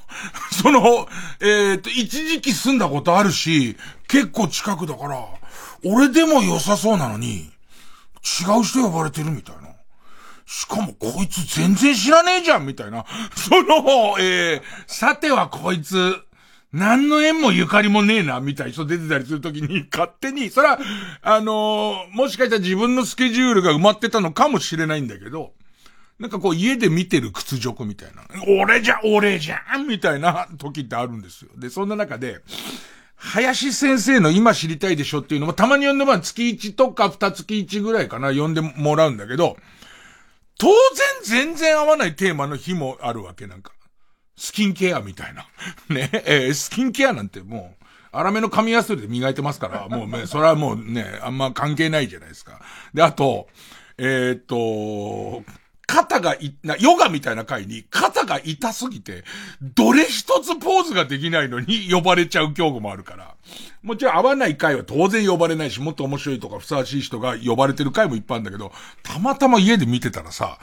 S1: 一時期住んだことあるし、結構近くだから、俺でも良さそうなのに、違う人呼ばれてるみたいな。しかもこいつ全然知らねえじゃんみたいな。さてはこいつ、何の縁もゆかりもねえな、みたいな人出てたりするときに、勝手に、それは、もしかしたら自分のスケジュールが埋まってたのかもしれないんだけど、なんかこう家で見てる屈辱みたいな。俺じゃんみたいな時ってあるんですよ。で、そんな中で、林先生の今知りたいでしょっていうのもたまに呼んでもらう。月1とか2月1ぐらいかな、呼んでもらうんだけど、当然全然合わないテーマの日もあるわけ。なんかスキンケアみたいなね、スキンケアなんてもう粗めの紙やすりで磨いてますから、もうね、それはもうね、あんま関係ないじゃないですか。で、あと肩がヨガみたいな回に肩が痛すぎてどれ一つポーズができないのに呼ばれちゃう競技もあるから、もちろん合わない回は当然呼ばれないし、もっと面白いとかふさわしい人が呼ばれてる回もいっぱいあるんだけど、たまたま家で見てたらさ、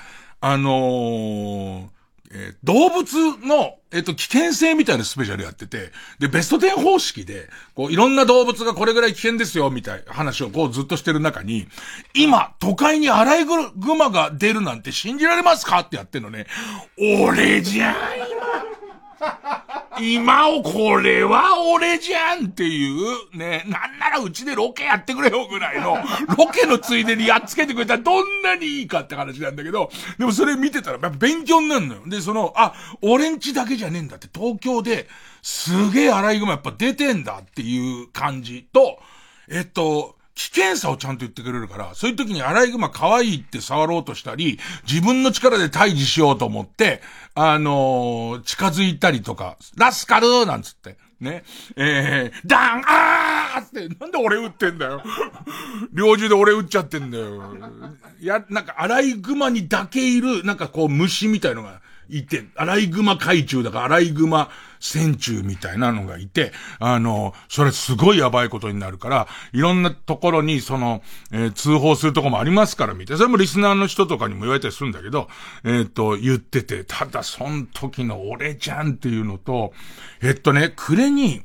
S1: 動物の、危険性みたいなスペシャルやってて、で、ベスト10方式で、こう、いろんな動物がこれぐらい危険ですよ、みたいな話をこうずっとしてる中に、今、都会にアライグマが出るなんて信じられますかってやってんのね。俺じゃん、今これは俺じゃんっていうね、なんならうちでロケやってくれよぐらいのロケのついでにやっつけてくれたらどんなにいいかって話なんだけど、でもそれ見てたらやっぱ勉強になるのよ。で、俺んちだけじゃねえんだって、東京ですげえアライグマやっぱ出てんだっていう感じと、危険さをちゃんと言ってくれるから、そういう時にアライグマ可愛いって触ろうとしたり、自分の力で退治しようと思って、近づいたりとか、ラスカルなんつって、ね。ダンあーって、なんで俺撃ってんだよ。猟銃で俺撃っちゃってんだよ。なんかアライグマにだけいる、なんかこう虫みたいのがいて、アライグマ海中だからアライグマ線虫みたいなのがいて、それすごいやばいことになるから、いろんなところに通報するとこもありますからみたいな。それもリスナーの人とかにも言われたりするんだけど、言ってて、ただその時の俺じゃんっていうのと、暮れに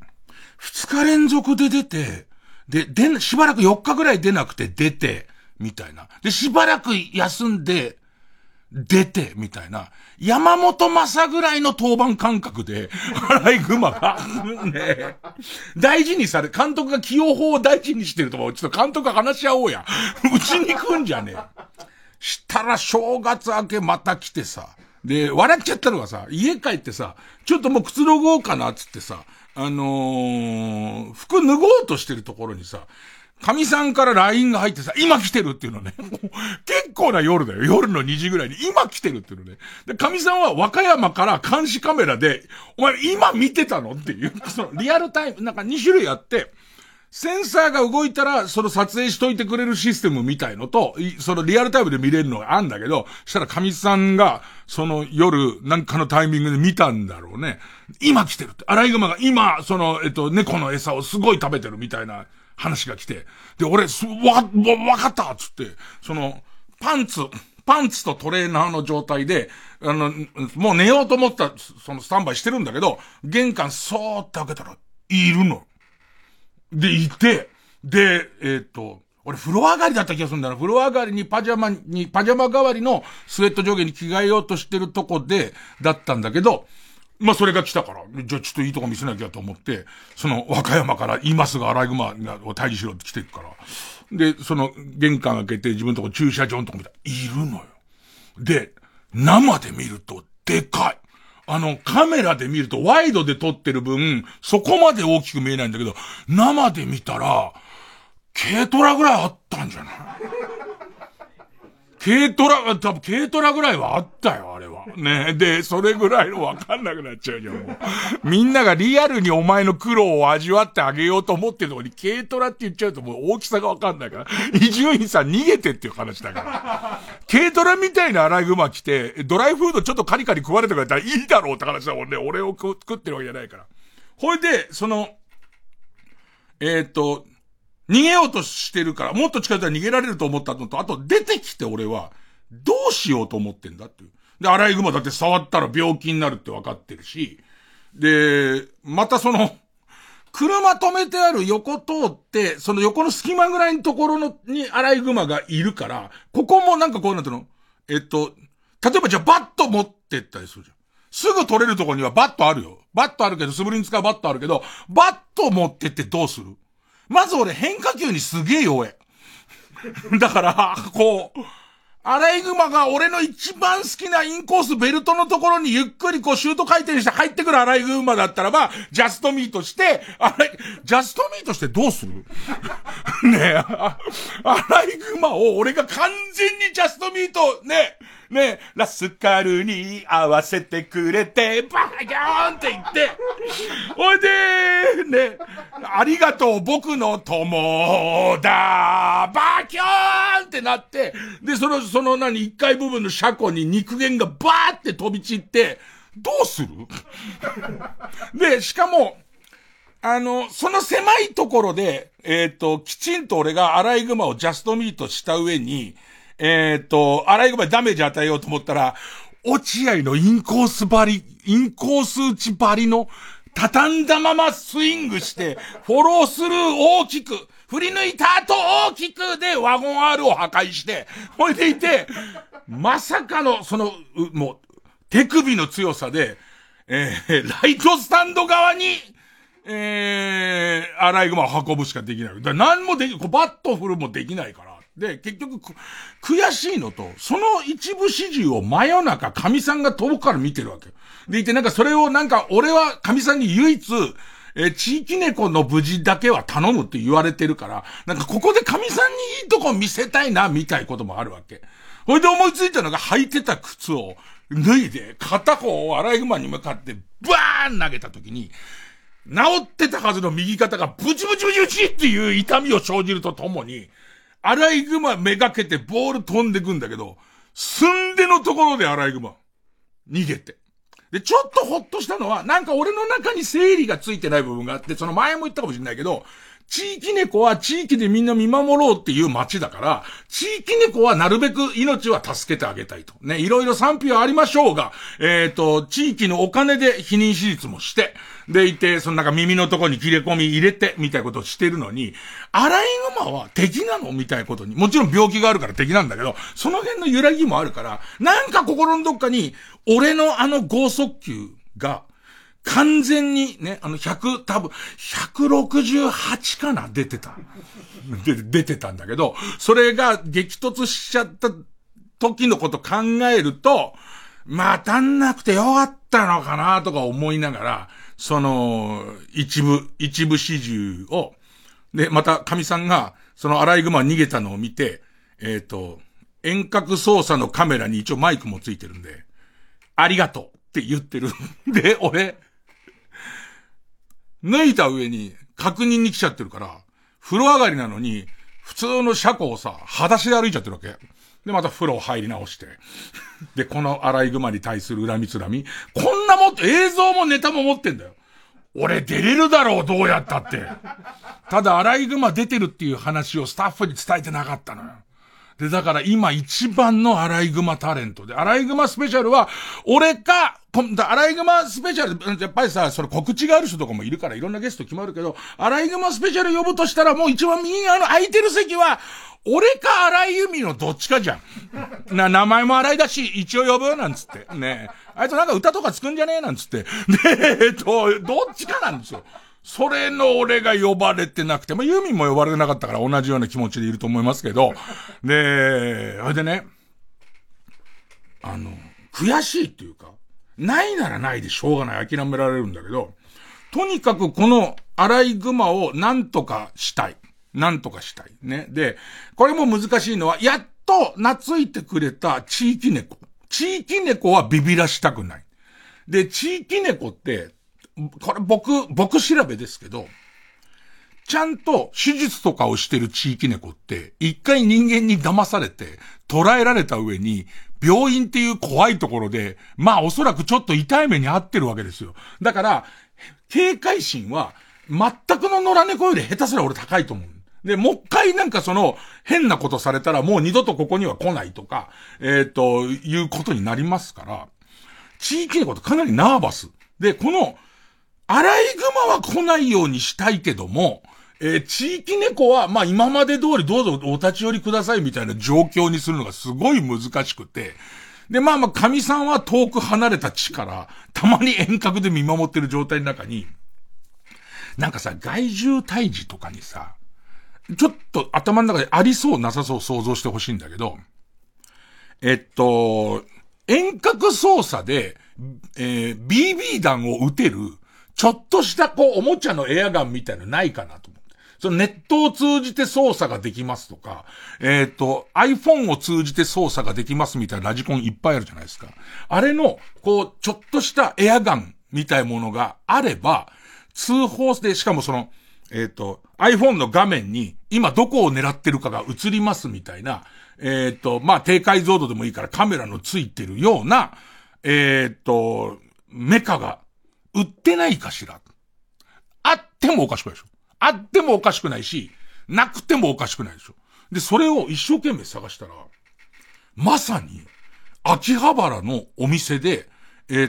S1: 2日連続で出て、で、しばらく4日ぐらい出なくて出て、みたいな。で、しばらく休んで、出て、みたいな。山本正ぐらいの当番感覚で、アライグマが、ね、大事にされ、監督が起用法を大事にしてると思う。ちょっと監督が話し合おうや。うちに来んじゃねえ。したら正月明けまた来てさ。で、笑っちゃったのがさ、家帰ってさ、ちょっともう靴脱ごうかなっつってさ、服脱ごうとしてるところにさ、神さんから LINE が入ってさ、今来てるっていうのね。結構な夜だよ。夜の2時ぐらいに今来てるっていうのね。で、神さんは和歌山から監視カメラで、お前今見てたのっていう、リアルタイム、なんか2種類あって、センサーが動いたら、撮影しといてくれるシステムみたいのと、リアルタイムで見れるのがあんだけど、したら神さんが、夜、なんかのタイミングで見たんだろうね。今来てるって。アライグマが今、猫の餌をすごい食べてるみたいな話が来て。で、俺、わかったっつって、パンツパンツとトレーナーの状態で、もう寝ようと思った、そのスタンバイしてるんだけど、玄関そーって開けたら、いるの。で、いて、で、俺風呂上がりだった気がするんだな。風呂上がりにパジャマ代わりのスウェット上下に着替えようとしてるとこで、だったんだけど、まあ、それが来たから、じゃあちょっといいとこ見せなきゃと思って、その和歌山から今すぐアライグマを退治しろって来てるから。で、その玄関開けて自分のとこ駐車場のとこ見たら、いるのよ。で、生で見るとでかい。カメラで見るとワイドで撮ってる分、そこまで大きく見えないんだけど、生で見たら、軽トラぐらいあったんじゃない？軽トラぐらいはあったよ、あれは。ね。で、それぐらいのわかんなくなっちゃうじゃん、もう。みんながリアルにお前の苦労を味わってあげようと思ってるのに、軽トラって言っちゃうともう大きさがわかんないから。伊集院さん逃げてっていう話だから。軽トラみたいなアライグマ来て、ドライフードちょっとカリカリ食われてくれたらいいだろうって話だもんね。俺を食ってるわけじゃないから。ほいで、逃げようとしてるから、もっと近づいたら逃げられると思ったのと、あと出てきて俺は、どうしようと思ってんだっていう。で、アライグマだって触ったら病気になるって分かってるし、で、また車止めてある横通って、その横の隙間ぐらいのところにアライグマがいるから、ここもなんかこうなってるの。例えばじゃあバット持ってったりするじゃん。すぐ取れるところにはバットあるよ。バットあるけど、素振りに使うバットあるけど、バット持ってってどうする？まず俺変化球にすげえ弱い。だから、アライグマが俺の一番好きなインコースベルトのところにゆっくりシュート回転して入ってくるアライグマだったらば、ジャストミートして、ジャストミートしてどうする？ねえ、アライグマを俺が完全にジャストミート、ね、ラスカルに合わせてくれて、バーギョーンって言って、おいでね、ありがとう僕の友だ、バーギョーンってなって、で、1階部分の車庫に肉片がバーって飛び散って、どうする？で、しかも、その狭いところで、きちんと俺がアライグマをジャストミートした上に、アライグマにダメージ与えようと思ったら、落合のインコース打ち張りの、畳んだままスイングして、フォロースルー大きく、振り抜いた後大きくでワゴン R を破壊して、ほいでいて、まさかの、もう、手首の強さで、ライトスタンド側に、アライグマを運ぶしかできない。何もでき、バット振るもできないから。で、結局、悔しいのと、その一部始終を真夜中、神さんが遠くから見てるわけ。でいて、それを俺は神さんに唯一、地域猫の無事だけは頼むって言われてるから、ここで神さんにいいとこ見せたいな、みたいこともあるわけ。ほいで思いついたのが履いてた靴を脱いで、片方をアライグマに向かって、バーン投げた時に、治ってたはずの右肩がブチブチブチブチっていう痛みを生じるとともに、アライグマめがけてボール飛んでくんだけど、寸出のところでアライグマ逃げて。で、ちょっとほっとしたのは、俺の中に整理がついてない部分があって、その前も言ったかもしれないけど、地域猫は地域でみんな見守ろうっていう街だから、地域猫はなるべく命は助けてあげたいと。ね、いろいろ賛否はありましょうが、地域のお金で避妊手術もして、でいて、耳のとこに切れ込み入れて、みたいなことをしてるのに、アライグマは敵なのみたいなことに、もちろん病気があるから敵なんだけど、その辺の揺らぎもあるから、心のどっかに、俺の剛速球が、完全にね、多分、168かな出てたんだけど、それが激突しちゃった時のこと考えると、当たんなくてよかったのかなとか思いながら、一部始終を、で、また、神さんが、アライグマ逃げたのを見て、遠隔操作のカメラに一応マイクもついてるんで、ありがとうって言ってる。で、俺、脱いだ上に確認に来ちゃってるから、風呂上がりなのに、普通の車庫を裸足で歩いちゃってるわけ。で、また風呂入り直して。で、このアライグマに対する恨みつらみ。こんな映像もネタも持ってんだよ。俺出れるだろう、どうやったって。ただ、アライグマ出てるっていう話をスタッフに伝えてなかったのよ。 で、だから今一番のアライグマタレントで、アライグマスペシャルは、俺か、アライグマスペシャル、やっぱりさ、それ告知がある人とかもいるからいろんなゲスト決まるけど、アライグマスペシャル呼ぶとしたらもう一番右側の空いてる席は、俺か荒井由実のどっちかじゃん。名前も荒井だし、一応呼ぶなんつって。ねあいつなんか歌とかつくんじゃねえなんつって。で、どっちかなんですよ。それの俺が呼ばれてなくて、まあ、ユーミンも呼ばれてなかったから同じような気持ちでいると思いますけど、で、あれでね、悔しいっていうか、ないならないでしょうがない、諦められるんだけど、とにかくこのアライグマをなんとかしたい。なんとかしたい。ね。で、これも難しいのは、やっと懐いてくれた地域猫。地域猫はビビらしたくない。で、地域猫って、これ僕調べですけど、ちゃんと手術とかをしてる地域猫って、一回人間に騙されて、捕らえられた上に、病院っていう怖いところで、まあおそらくちょっと痛い目に遭ってるわけですよ。だから、警戒心は、全くの野良猫より下手すら俺高いと思う。で、もう一回なんか変なことされたらもう二度とここには来ないとか、いうことになりますから、地域猫ってかなりナーバス。で、この、アライグマは来ないようにしたいけども、地域猫は、まあ今まで通りどうぞお立ち寄りくださいみたいな状況にするのがすごい難しくて、で、まあ神さんは遠く離れた地から、たまに遠隔で見守ってる状態の中に、なんかさ、害獣退治とかにさ、ちょっと頭の中でありそうなさそう想像してほしいんだけど、遠隔操作で、BB 弾を撃てる、ちょっとしたおもちゃのエアガンみたいなのないかなと思って。そのネットを通じて操作ができますとか、iPhone を通じて操作ができますみたいなラジコンいっぱいあるじゃないですか。あれの、ちょっとしたエアガンみたいなものがあれば、通報で、しかもiPhone の画面に今どこを狙ってるかが映りますみたいな、まあ、低解像度でもいいからカメラのついてるような、メカが売ってないかしら。あってもおかしくないでしょ。あってもおかしくないし、なくてもおかしくないでしょ。で、それを一生懸命探したら、まさに、秋葉原のお店で、売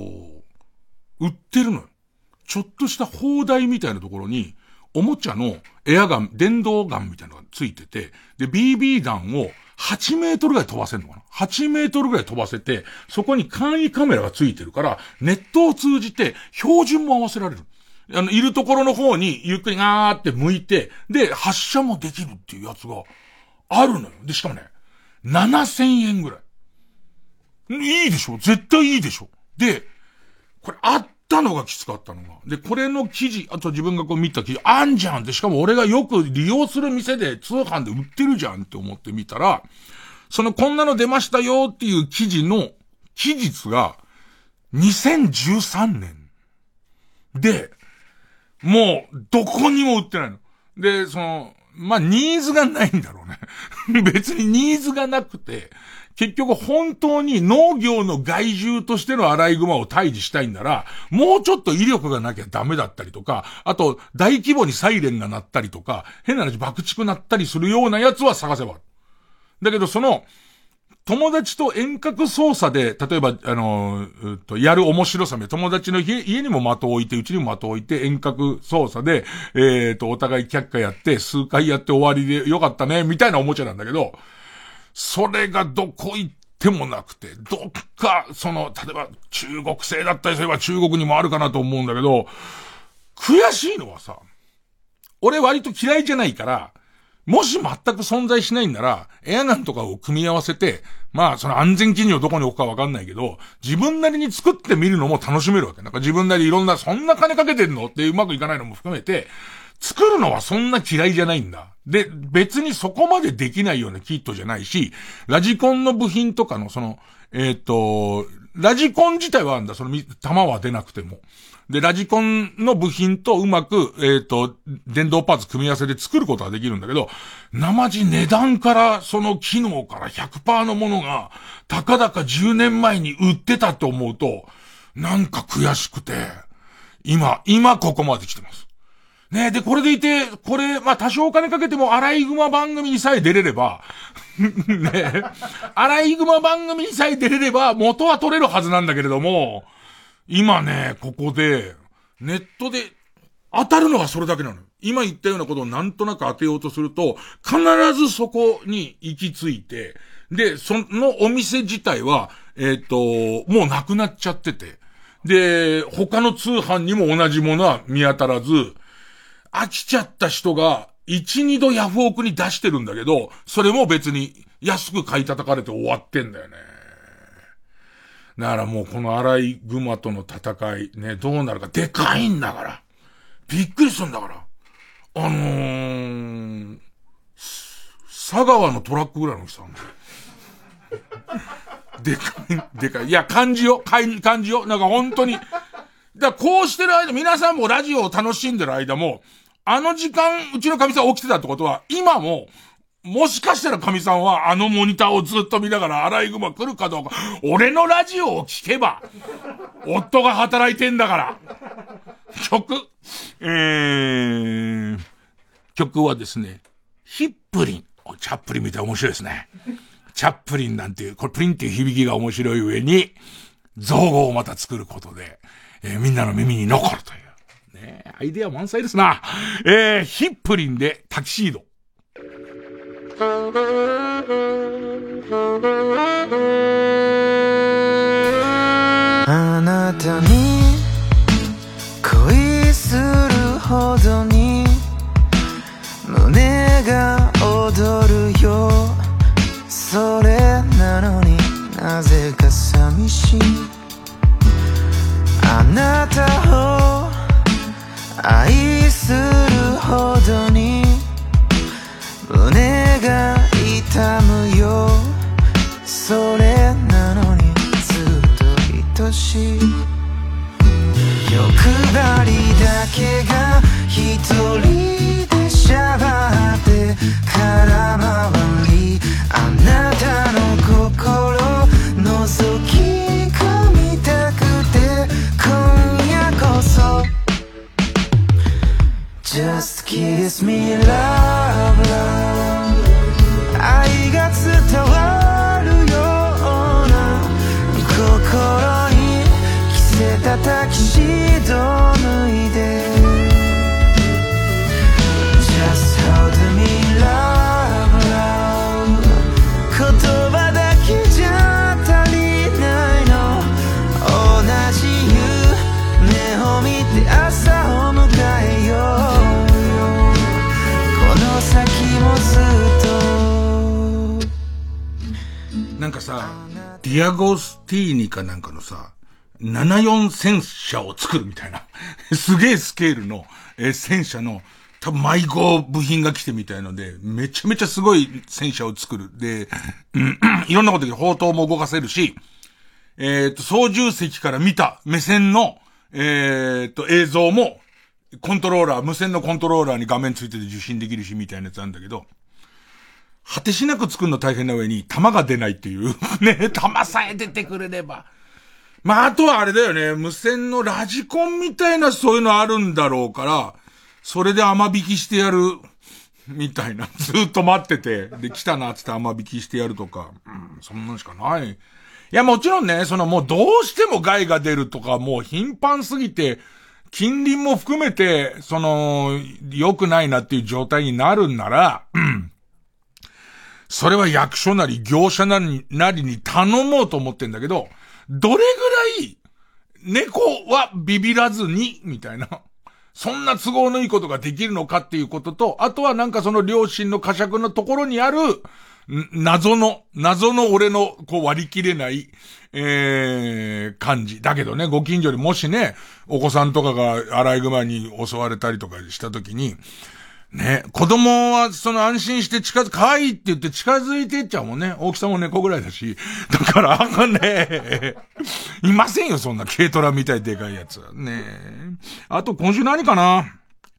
S1: ってるのよ。ちょっとした砲台みたいなところに、おもちゃのエアガン、電動ガンみたいなのがついてて、で、BB 弾を8メートルぐらい飛ばせるのかな ?8 メートルぐらい飛ばせて、そこに簡易カメラがついてるから、ネットを通じて標準も合わせられる。いるところの方にゆっくりガーって向いて、で、発射もできるっていうやつがあるのよ。で、しかもね、7000円ぐらい。いいでしょ？絶対いいでしょ？で、これあったのがきつかったのが。で、これの記事、あと自分が見た記事、あんじゃんって、しかも俺がよく利用する店で通販で売ってるじゃんって思って見たら、こんなの出ましたよっていう記事の期日が2013年。で、もうどこにも売ってないの。で、まあ、ニーズがないんだろうね。別にニーズがなくて、結局本当に農業の害獣としてのアライグマを退治したいんなら、もうちょっと威力がなきゃダメだったりとか、あと大規模にサイレンが鳴ったりとか、変な話爆竹鳴ったりするようなやつは探せば。だけど友達と遠隔操作で、例えば、やる面白さで、友達の家にも的を置いて、うちにも的を置いて、遠隔操作で、お互い却下やって、数回やって終わりでよかったね、みたいなおもちゃなんだけど、それがどこ行ってもなくて、どっか、例えば中国製だったりすれば中国にもあるかなと思うんだけど、悔しいのはさ、俺割と嫌いじゃないから、もし全く存在しないんなら、エアガンとかを組み合わせて、まあ、安全基準をどこに置くかわかんないけど、自分なりに作ってみるのも楽しめるわけ。なんか自分なりいろんな、そんな金かけてんのってうまくいかないのも含めて、作るのはそんな嫌いじゃないんだ。で、別にそこまでできないようなキットじゃないし、ラジコンの部品とかのラジコン自体はあるんだ。弾は出なくても。で、ラジコンの部品とうまく、電動パーツ組み合わせで作ることはできるんだけど、生地値段から、機能から 100% のものが、たかだか10年前に売ってたと思うと、なんか悔しくて、今ここまで来てます。 ね、で、これでいて、まあ、多少お金かけてもアライグマ番組にさえ出れれば、ね、アライグマ番組にさえ出れれば元は取れるはずなんだけれども、今ね、ここで、ネットで当たるのがそれだけなの。今言ったようなことをなんとなく当てようとすると、必ずそこに行き着いて、で、そのお店自体は、もうなくなっちゃってて、で、他の通販にも同じものは見当たらず、飽きちゃった人が、1、2度ヤフオクに出してるんだけど、それも別に安く買い叩かれて終わってんだよね。だからもうこのアライグマとの戦い、ね、どうなるか、でかいんだから。びっくりするんだから。佐川のトラックぐらいの大きさ。でかい。いや、感じよ。なんか本当に。だからこうしてる間、皆さんもラジオを楽しんでる間も、あの時間、うちの神さん起きてたってことは、今も、もしかしたら神さんはあのモニターをずっと見ながらアライグマ来るかどうか、俺のラジオを聞けば、夫が働いてんだから。曲はですね、ヒップリン。チャップリンみたい面白いですね。チャップリンなんていう、これプリンっていう響きが面白い上に、造語をまた作ることで、みんなの耳に残るという。ね、アイデア満載ですな。ヒップリンでタキシード。
S2: あなたに恋するほどに胸が踊るよ。それなのになぜか寂しい。あなたを愛するほどに胸が痛むよ。それなのにずっと愛しい。欲張りだけが一人でしゃばって空回り。あなたの心覗き込みたくて今夜こそ Just kiss me love love 愛が伝わるような心に着せたタキシード脱いで Just hold me love love 言葉だけじゃ足りないの。同じ夢を見て朝を迎えよう。この先もずっと。
S1: なんかさ、ディアゴスティーニかなんかのさ、74戦車を作るみたいな。すげえスケールの、戦車の、多分迷子部品が来てみたいので、めちゃめちゃすごい戦車を作る。で、いろんなことで砲塔も動かせるし、操縦席から見た目線の、映像も、無線のコントローラーに画面ついてて受信できるしみたいなやつなんだけど、果てしなく作るの大変な上に弾が出ないっていう。ね、弾さえ出てくれれば。まあ、あとはあれだよね、無線のラジコンみたいなそういうのあるんだろうから、それで甘引きしてやる、みたいな。ずっと待ってて、で、来たなって甘引きしてやるとか、そんなんしかない。いや、もちろんね、もうどうしても害が出るとか、もう頻繁すぎて、近隣も含めて、良くないなっていう状態になるんなら、それは役所なり業者なりに頼もうと思ってんだけど、どれぐらい、猫はビビらずに、みたいな。そんな都合のいいことができるのかっていうことと、あとはなんかその両親の呵責のところにある、謎の俺の割り切れない、感じ。だけどね、ご近所にもしね、お子さんとかがアライグマに襲われたりとかしたときに、ね、子供は安心して可愛いって言って近づいていっちゃうもんね。大きさも猫ぐらいだし。だからね、いませんよ、そんな軽トラみたいでかいやつ。ね。あと今週何かな？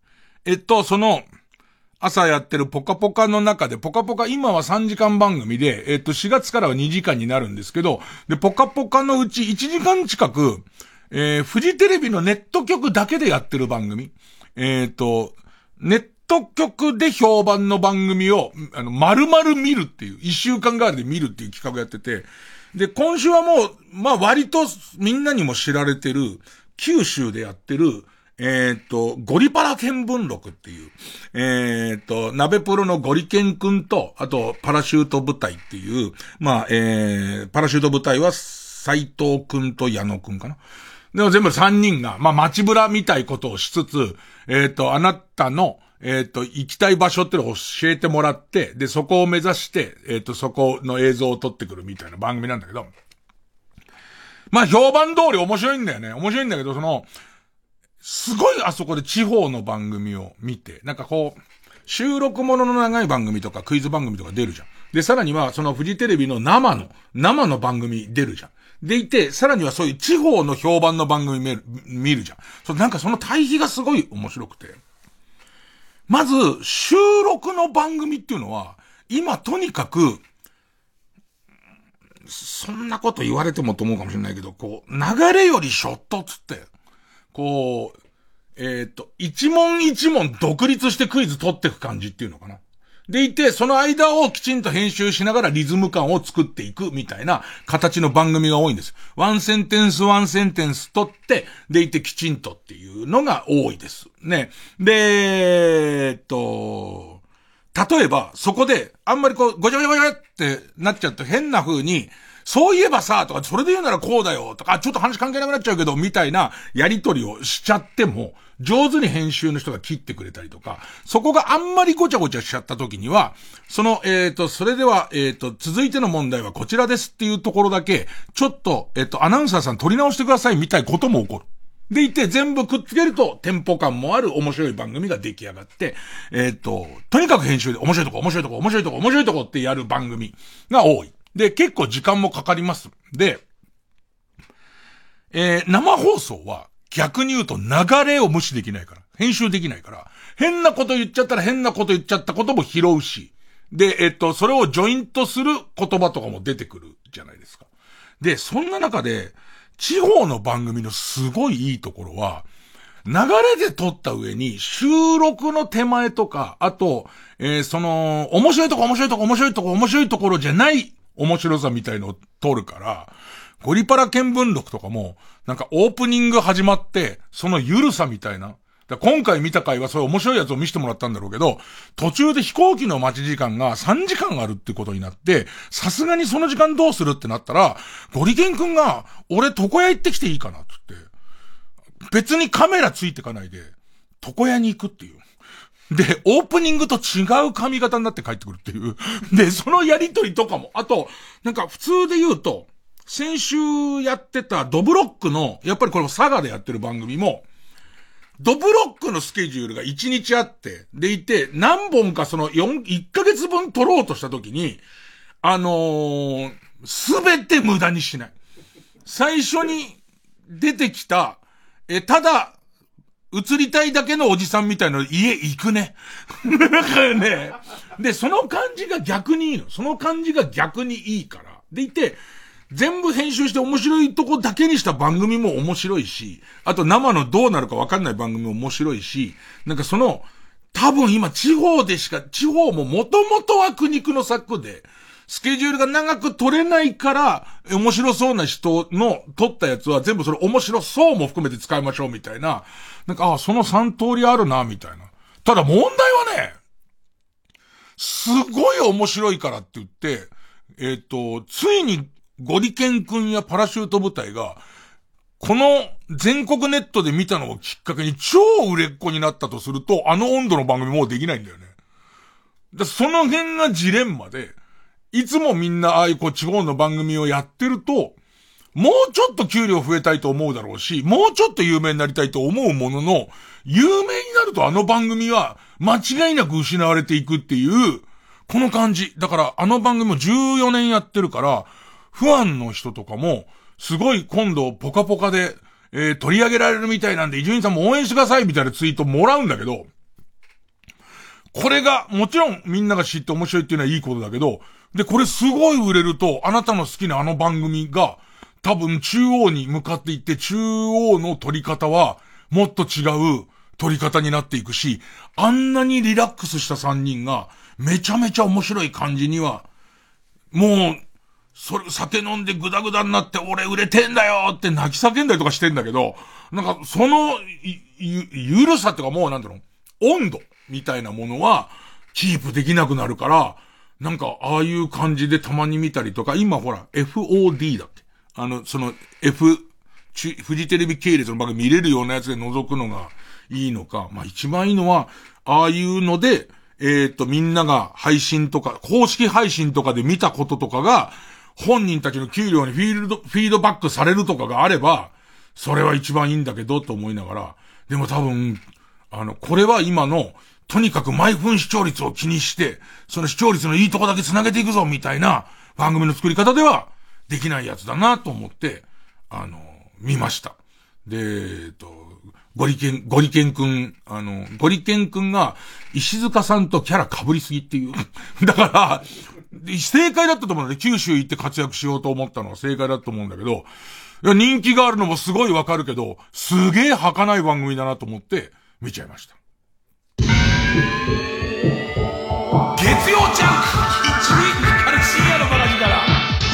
S1: 朝やってるポカポカの中で、ポカポカ今は3時間番組で、4月からは2時間になるんですけど、で、ポカポカのうち1時間近く、フジテレビのネット局だけでやってる番組。 ネット局で評判の番組を、丸々見るっていう、一週間代わりで見るっていう企画やってて、で、今週はもう、まあ割とみんなにも知られてる、九州でやってる、ゴリパラ見聞録っていう、鍋プロのゴリケンくんと、あと、パラシュート部隊っていう、まあ、パラシュート部隊は斉藤くんと矢野くんかな。でも全部3人が、まあ、街ブラみたいことをしつつ、あなたの、行きたい場所っていうのを教えてもらって、で、そこを目指して、そこの映像を撮ってくるみたいな番組なんだけど、まあ、評判通り面白いんだよね。面白いんだけど、すごいあそこで地方の番組を見て、なんかこう、収録ものの長い番組とかクイズ番組とか出るじゃん。で、さらには、フジテレビの生の番組出るじゃん。でいて、さらにはそういう地方の評判の番組見るじゃん。なんかその対比がすごい面白くて。まず、収録の番組っていうのは、今とにかく、そんなこと言われてもと思うかもしれないけど、こう、流れよりショットつって、こう、一問一問独立してクイズ取っていく感じっていうのかな。でいて、その間をきちんと編集しながらリズム感を作っていくみたいな形の番組が多いんです。ワンセンテンス取って、でいてきちんとっていうのが多いです。ね。で、例えば、そこで、あんまりこう、ごちゃごちゃごちゃってなっちゃうと変な風に、そういえばさ、とか、それで言うならこうだよ、とか、ちょっと話関係なくなっちゃうけど、みたいなやりとりをしちゃっても、上手に編集の人が切ってくれたりとか、そこがあんまりごちゃごちゃしちゃった時には、それでは、続いての問題はこちらですっていうところだけ、ちょっと、アナウンサーさん取り直してくださいみたいなことも起こる。でいて、全部くっつけると、テンポ感もある面白い番組が出来上がって、とにかく編集で面白いとこってやる番組が多い。で、結構時間もかかります。で、生放送は逆に言うと流れを無視できないから、編集できないから、変なこと言っちゃったら変なこと言っちゃったことも拾うし、で、それをジョイントする言葉とかも出てくるじゃないですか。で、そんな中で、地方の番組のすごいいいところは、流れで撮った上に収録の手前とか、あと、面白いところじゃない面白さみたいのを撮るから、ゴリパラ見聞録とかも、なんかオープニング始まって、その緩さみたいな。今回見た回はそういう面白いやつを見せてもらったんだろうけど、途中で飛行機の待ち時間が3時間あるってことになって、さすがにその時間どうするってなったら、ゴリケン君が、俺床屋行ってきていいかなって言って、別にカメラついてかないで、床屋に行くっていう。で、オープニングと違う髪型になって帰ってくるっていう。で、そのやりとりとかも、あと、なんか普通で言うと、先週やってたドブロックの、やっぱりこれ佐賀でやってる番組も、ドブロックのスケジュールが1日あって、でいて、何本か1ヶ月分撮ろうとしたときに、すべて無駄にしない。最初に出てきた、ただ、映りたいだけのおじさんみたいな家行くね。ね。で、その感じが逆にいいの。その感じが逆にいいから。でいて、全部編集して面白いとこだけにした番組も面白いし、あと生のどうなるか分かんない番組も面白いし、なんか多分今地方も元々は苦肉の策で、スケジュールが長く取れないから、面白そうな人の撮ったやつは全部それ面白そうも含めて使いましょうみたいな、なんか、その3通りあるな、みたいな。ただ問題はね、すごい面白いからって言って、ついにゴリケン君やパラシュート部隊が、この全国ネットで見たのをきっかけに超売れっ子になったとすると、あの温度の番組もうできないんだよね。その辺がジレンマで、いつもみんなああいう地方の番組をやってると、もうちょっと給料増えたいと思うだろうし、もうちょっと有名になりたいと思うものの、有名になるとあの番組は間違いなく失われていくっていう、この感じ。だからあの番組も14年やってるから、ファンの人とかも、すごい今度ポカポカで、取り上げられるみたいなんで、伊集院さんも応援してくださいみたいなツイートもらうんだけど、これが、もちろんみんなが知って面白いっていうのはいいことだけど、で、これすごい売れると、あなたの好きなあの番組が、多分中央に向かっていって、中央の取り方は、もっと違う、 撮り方になっていくし、あんなにリラックスした3人が、めちゃめちゃ面白い感じには、もう、酒飲んでグダグダになって俺売れてんだよって泣き叫んだりとかしてんだけど、なんかその、ゆるさっていうかもうなんていうの、温度みたいなものは、キープできなくなるから、なんかああいう感じでたまに見たりとか、今ほら、FOD だっけ？そのフジテレビ系列の番組見れるようなやつで覗くのがいいのか、まあ一番いいのは、ああいうので、みんなが配信とか、公式配信とかで見たこととかが、本人たちの給料にフィードバックされるとかがあれば、それは一番いいんだけど、と思いながら、でも多分、これは今の、とにかく毎分視聴率を気にして、その視聴率のいいとこだけ繋げていくぞ、みたいな番組の作り方では、できないやつだなと思って、見ました。で、ゴリケンくんが、石塚さんとキャラ被りすぎっていう。だから、正解だったと思うんだね。九州行って活躍しようと思ったのは正解だと思うんだけど、いや人気があるのもすごいわかるけど、すげえ儚い番組だなと思って見ちゃいました。月曜ジャンク1ウィークから深夜のバラジから。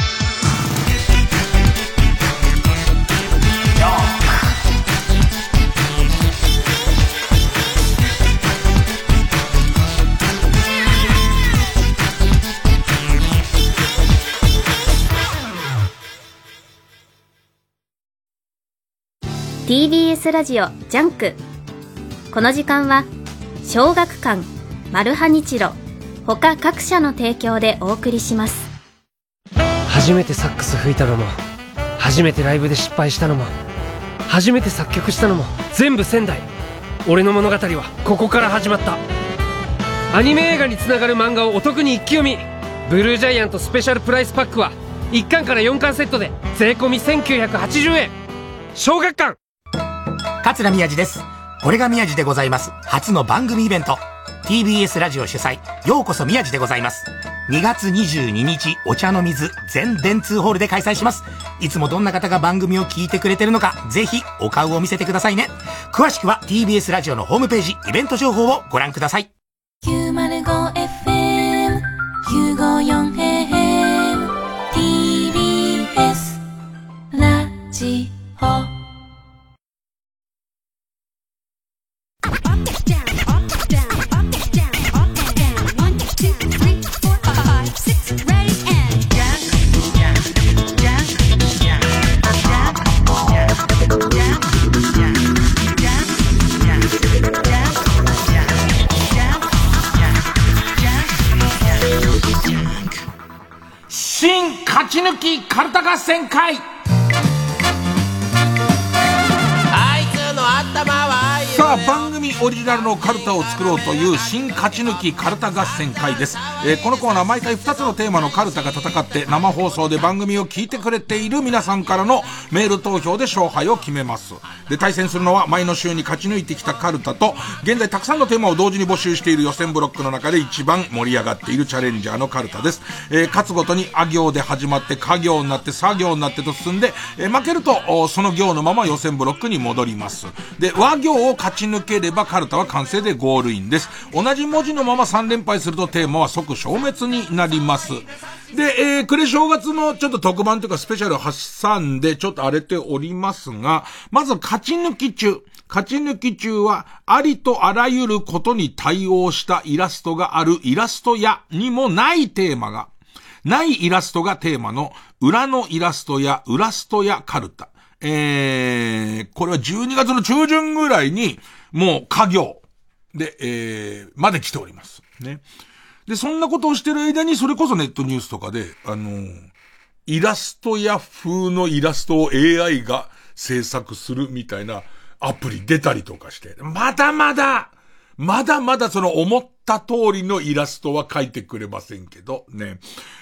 S3: TBS ラジオジャンク。この時間は小学館、マルハニチロ他各社の提供でお送りします。
S4: 初めてサックス吹いたのも、初めてライブで失敗したのも、初めて作曲したのも全部仙台。俺の物語はここから始まった。アニメ映画につながる漫画をお得に一気読み。ブルージャイアントスペシャルプライスパックは1巻から4巻セットで税込み1980円。小学館。
S17: 桂宮治です。これが宮治でございます。初の番組イベント TBS ラジオ主催、ようこそ宮治でございます。2月22日お茶の水全電通ホールで開催します。いつもどんな方が番組を聞いてくれてるのか、ぜひお顔を見せてくださいね。詳しくは TBS ラジオのホームページイベント情報をご覧ください。
S2: 905FM954AM TBS ラジオ。
S1: 新勝ち抜きカルタ合戦会。さあ、番組オリジナルのカルタを作ろうという新勝ち抜きカルタ合戦会です。このコーナー毎回2つのテーマのカルタが戦って生放送で番組を聞いてくれている皆さんからのメール投票で勝敗を決めます。で、対戦するのは前の週に勝ち抜いてきたカルタと、現在たくさんのテーマを同時に募集している予選ブロックの中で一番盛り上がっているチャレンジャーのカルタです。勝つごとにあ行で始まって家行になって作行になってと進んで、負けるとその行のまま予選ブロックに戻ります。で、和行を勝ち抜ければカルタは完成でゴールインです。同じ文字のまま3連敗するとテーマは即消滅になります。で、暮れ正月のちょっと特番というかスペシャルを挟んでちょっと荒れておりますが、まず勝ち抜き中はありとあらゆることに対応したイラストがあるイラスト屋にもないテーマが、ないイラストがテーマの裏のイラストやウラストやカルタ。これは12月の中旬ぐらいにもう家業で、まで来ております。ね。で、そんなことをしてる間にそれこそネットニュースとかで、イラストや風のイラストを AI が制作するみたいなアプリ出たりとかして、まだまだその思った通りのイラストは描いてくれませんけど、ね。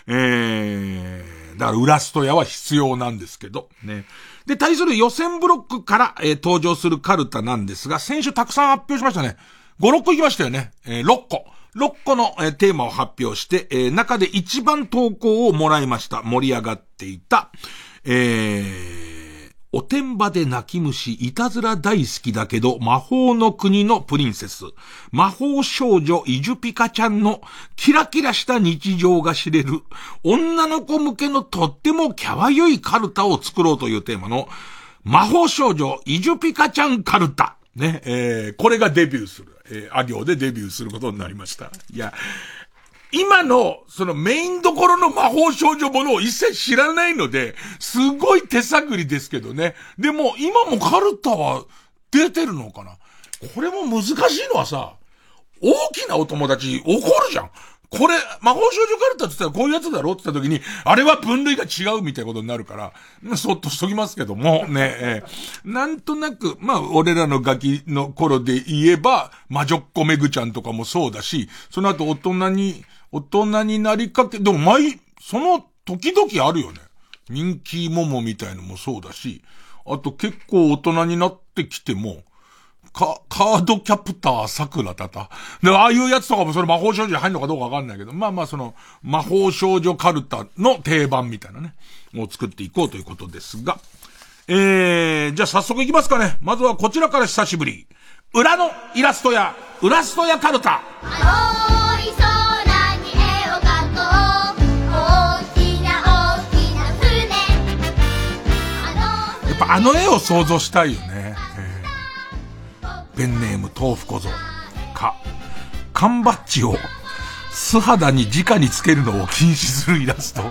S1: だからウラスト屋は必要なんですけど、ね。で、対する予選ブロックから、登場するカルタなんですが、先週たくさん発表しましたね。5、6個いきましたよね。6個の、テーマを発表して、中で一番投稿をもらいました。盛り上がっていた、 おてんばで泣き虫、いたずら大好きだけど、魔法の国のプリンセス。魔法少女イジュピカちゃんのキラキラした日常が知れる、女の子向けのとってもキャワユイカルタを作ろうというテーマの、魔法少女イジュピカちゃんカルタ。ね、これがデビューする。あ行でデビューすることになりました。いや、今の、そのメインどころの魔法少女ものを一切知らないので、すごい手探りですけどね。でも、今もカルタは出てるのかな。これも難しいのはさ、大きなお友達怒るじゃん。これ、魔法少女カルタって言ったらこういうやつだろって言った時に、あれは分類が違うみたいなことになるから、そっとしときますけども、ね、なんとなく、まあ、俺らのガキの頃で言えば、魔女っ子めぐちゃんとかもそうだし、その後大人になりかけ、でもその時々あるよね。ミンキーモモみたいのもそうだし、あと結構大人になってきても、カードキャプター桜だた。で、ああいうやつとかもそれ魔法少女に入るのかどうかわかんないけど、まあまあその、魔法少女カルタの定番みたいなね、を作っていこうということですが、じゃあ早速いきますかね。まずはこちらから久しぶり。裏のイラストやカルタ。やっぱあの絵を想像したいよね。ペンネーム豆腐小僧。缶バッジを素肌に直につけるのを禁止するイラスト。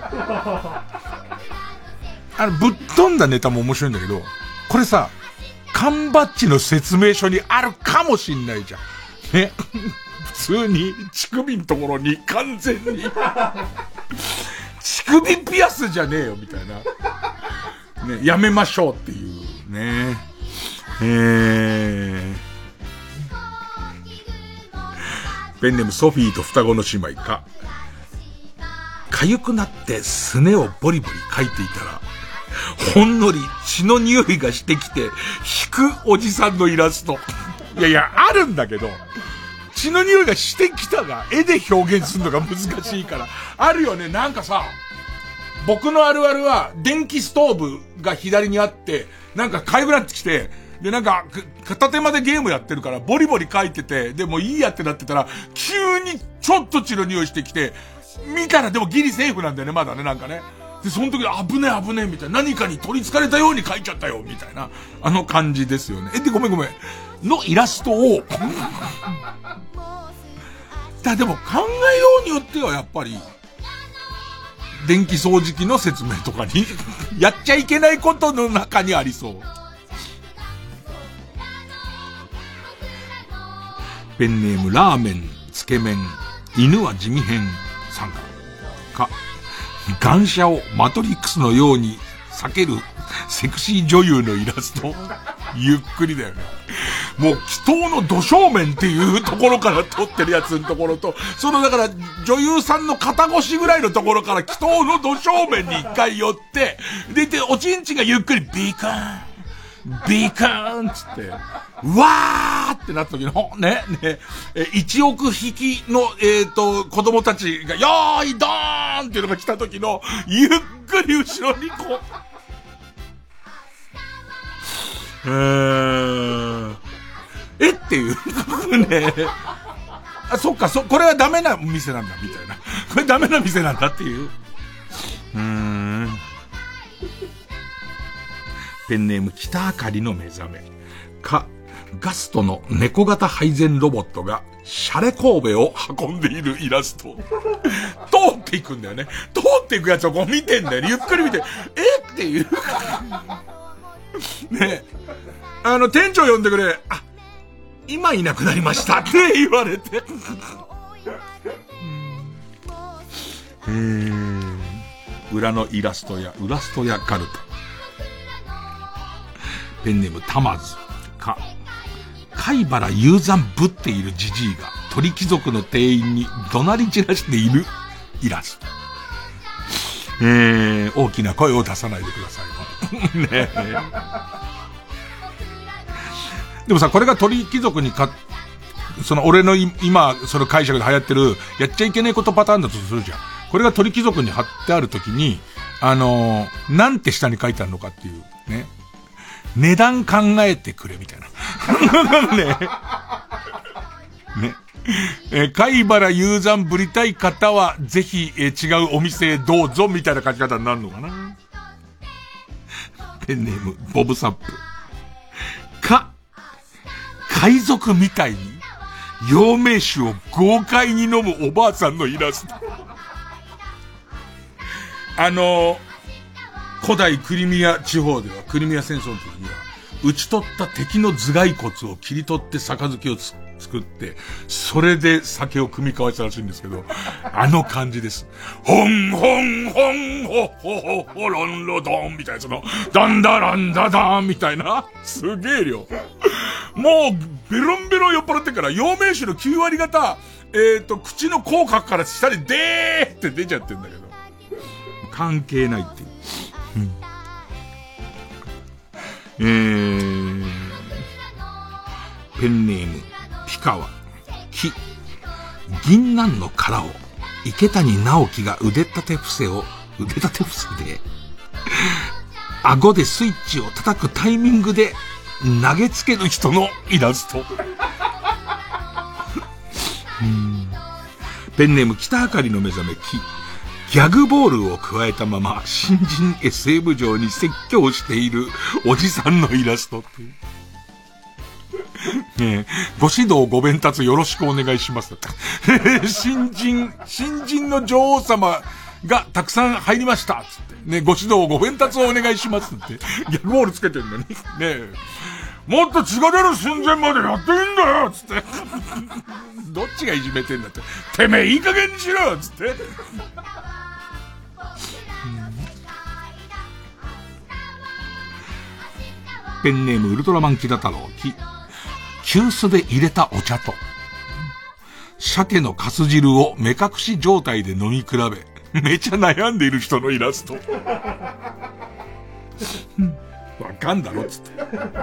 S1: ぶっ飛んだネタも面白いんだけど、これさ、缶バッジの説明書にあるかもしんないじゃん。ね。普通に乳首のところに完全に乳首ピアスじゃねえよみたいな。ね、やめましょうっていうね。ペンネームソフィーと双子の姉妹か。痒くなってすねをボリボリかいていたら、ほんのり血の匂いがしてきて、引くおじさんのイラスト。いや、あるんだけど、血の匂いがしてきたが、絵で表現するのが難しいから。あるよね、なんかさ、僕のあるあるは、電気ストーブが左にあって、なんか痒くなってきて、で、なんか、片手間でゲームやってるから、ボリボリ書いてて、でもいいやってなってたら、急にちょっと血の匂いしてきて、見たらでもギリセーフなんだよね、まだね、なんかね。で、その時危ねえ、みたいな。何かに取り憑かれたように書いちゃったよ、みたいな。あの感じですよね。で、ごめん。のイラストを、でも考えようによってはやっぱり、電気掃除機の説明とかに、やっちゃいけないことの中にありそう。ペンネームラーメン、つけ麺、犬は地味編さんか。ガンシャをマトリックスのように避けるセクシー女優のイラスト。ゆっくりだよね。もう祈祷の土正面っていうところから撮ってるやつのところと、だから女優さんの肩越しぐらいのところから祈祷の土正面に一回寄って、で、おちんちんがゆっくりビカーンつって、うわーってなった時の、ね、1億匹の、子供たちが、よーいドーンっていうのが来た時の、ゆっくり後ろにこう、っていう、ね。あ、そっか、これはダメな店なんだ、みたいな。これダメな店なんだっていう。ペンネーム北あかりの目覚めか、ガストの猫型配膳ロボットがシャレ神戸を運んでいるイラスト。通っていくんだよね。通っていくやつをこう見てんだよね。ゆっくり見て、っていう。ね、店長呼んでくれ。あ、今いなくなりましたって言われて。裏のイラストやカルタ。ペンネームタマズか、貝原雄山ぶっているジジイが鳥貴族の店員に怒鳴り散らしているイラスト。大きな声を出さないでくださいね。でもさ、これが鳥貴族に俺の今その解釈で流行ってるやっちゃいけないことパターンだとするじゃん。これが鳥貴族に貼ってあるときになんて下に書いてあるのかっていうね。 値段考えてくれみたいな。ね。貝原雄山ぶりたい方は、ぜひ、違うお店へどうぞ、みたいな書き方になるのかな。ペンネーム、ボブサップ。海賊みたいに、陽明酒を豪快に飲むおばあさんのイラスト。古代クリミア地方では、クリミア戦争の時には、討ち取った敵の頭蓋骨を切り取って杯を作って、それで酒を組み交わしたらしいんですけど、あの感じです。ほんほんほんほほほほロンロドンみたいな、その、ダンダランダダンみたいな、すげえ量。もう、ベロンベロン酔っ払ってから、陽明酒の9割方、口の口角から下にでーって出ちゃってんだけど、関係ないっていう。ペンネーム、ピカワ。銀杏の殻を、池谷直樹が腕立て伏せで、顎でスイッチを叩くタイミングで、投げつける人のイラスト。ペンネーム、北あかりの目覚め、ギャグボールを加えたまま新人 SF 上に説教しているおじさんのイラストっていう。ねえ、ご指導ご鞭撻よろしくお願いします。新人の女王様がたくさん入りましたつって。ね、ご指導ご鞭撻をお願いしますって。ギャグボールつけてるのに。ねえ、もっと血が出る寸前までやっていいんだよつって。どっちがいじめてんだって。てめえいい加減にしろつって。ペンネームウルトラマンキダ太郎。急須で入れたお茶と鮭のかす汁を目隠し状態で飲み比べ、めちゃ悩んでいる人のイラスト。わかんだろっつって。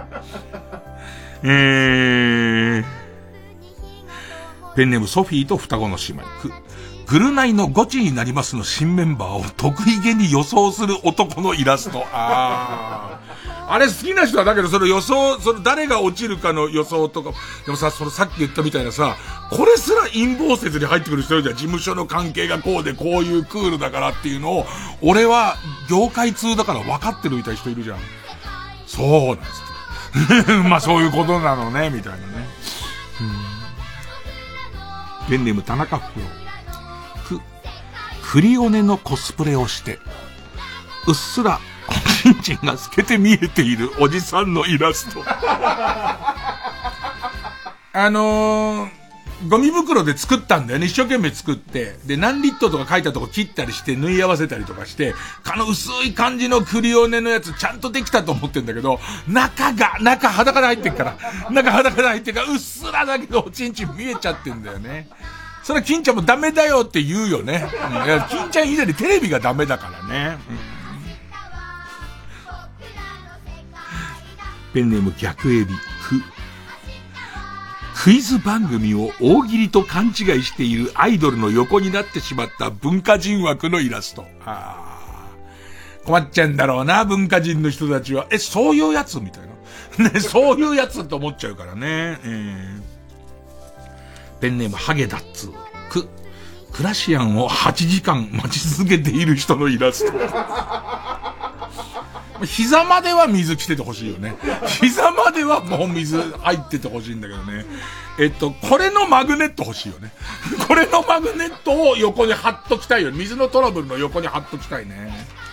S1: ペンネームソフィーと双子の姉妹。グルナイのゴチになりますの新メンバーを得意げに予想する男のイラスト。あれ好きな人はだけど、その予想、その誰が落ちるかの予想とか、でもさ、そのさっき言ったみたいなさ、これすら陰謀説に入ってくる人いるじゃん。事務所の関係がこうで、こういうクールだからっていうのを、俺は業界通だから分かってるみたいな人いるじゃん。そうなんです。まあそういうことなのね、みたいなね。ペンネーム田中フクロウ。クリオネのコスプレをして、うっすら、おちんちんが透けて見えているおじさんのイラスト。ゴミ袋で作ったんだよね。一生懸命作って。で、何リットルとか書いたとこ切ったりして、縫い合わせたりとかして、薄い感じのクリオネのやつちゃんとできたと思ってんだけど、中裸で入ってっから、うっすらだけどおちんちん見えちゃってんだよね。それは金ちゃんもダメだよって言うよね。いや、金ちゃん以前にテレビがダメだからね。ペンネーム逆エビ。クイズ番組を大喜利と勘違いしているアイドルの横になってしまった文化人枠のイラスト。困っちゃうんだろうな、文化人の人たちは。そういうやつみたいな。ね、そういうやつと思っちゃうからね。ペンネームハゲダッツ。クラシアンを8時間待ち続けている人のイラスト。膝までは水着ててほしいよね。膝まではもう水入っててほしいんだけどね。これのマグネット欲しいよね。これのマグネットを横に貼っときたいよ。水のトラブルの横に貼っときたいね。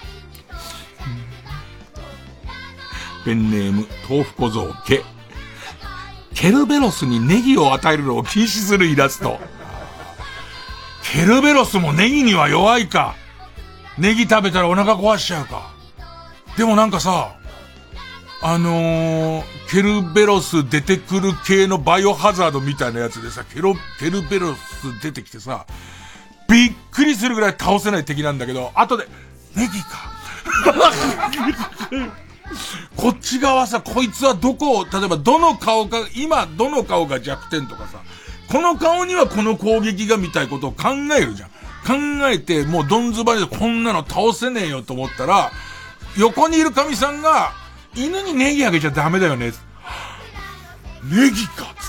S1: ペンネーム豆腐小僧ケルベロスにネギを与えるのを禁止するイラスト。ケルベロスもネギには弱いか。ネギ食べたらお腹壊しちゃうか。でもなんかさ、ケルベロス出てくる系のバイオハザードみたいなやつでさ、ケルベロス出てきてさ、びっくりするぐらい倒せない敵なんだけど、後で、ネギか。こっち側さ、こいつはどこを、例えばどの顔か、今どの顔が弱点とかさ、この顔にはこの攻撃がみたいことを考えるじゃん。考えて、もうどんずばりでこんなの倒せねえよと思ったら、横にいる神さんが、 犬にネギあげちゃダメだよね。ネギかっつって。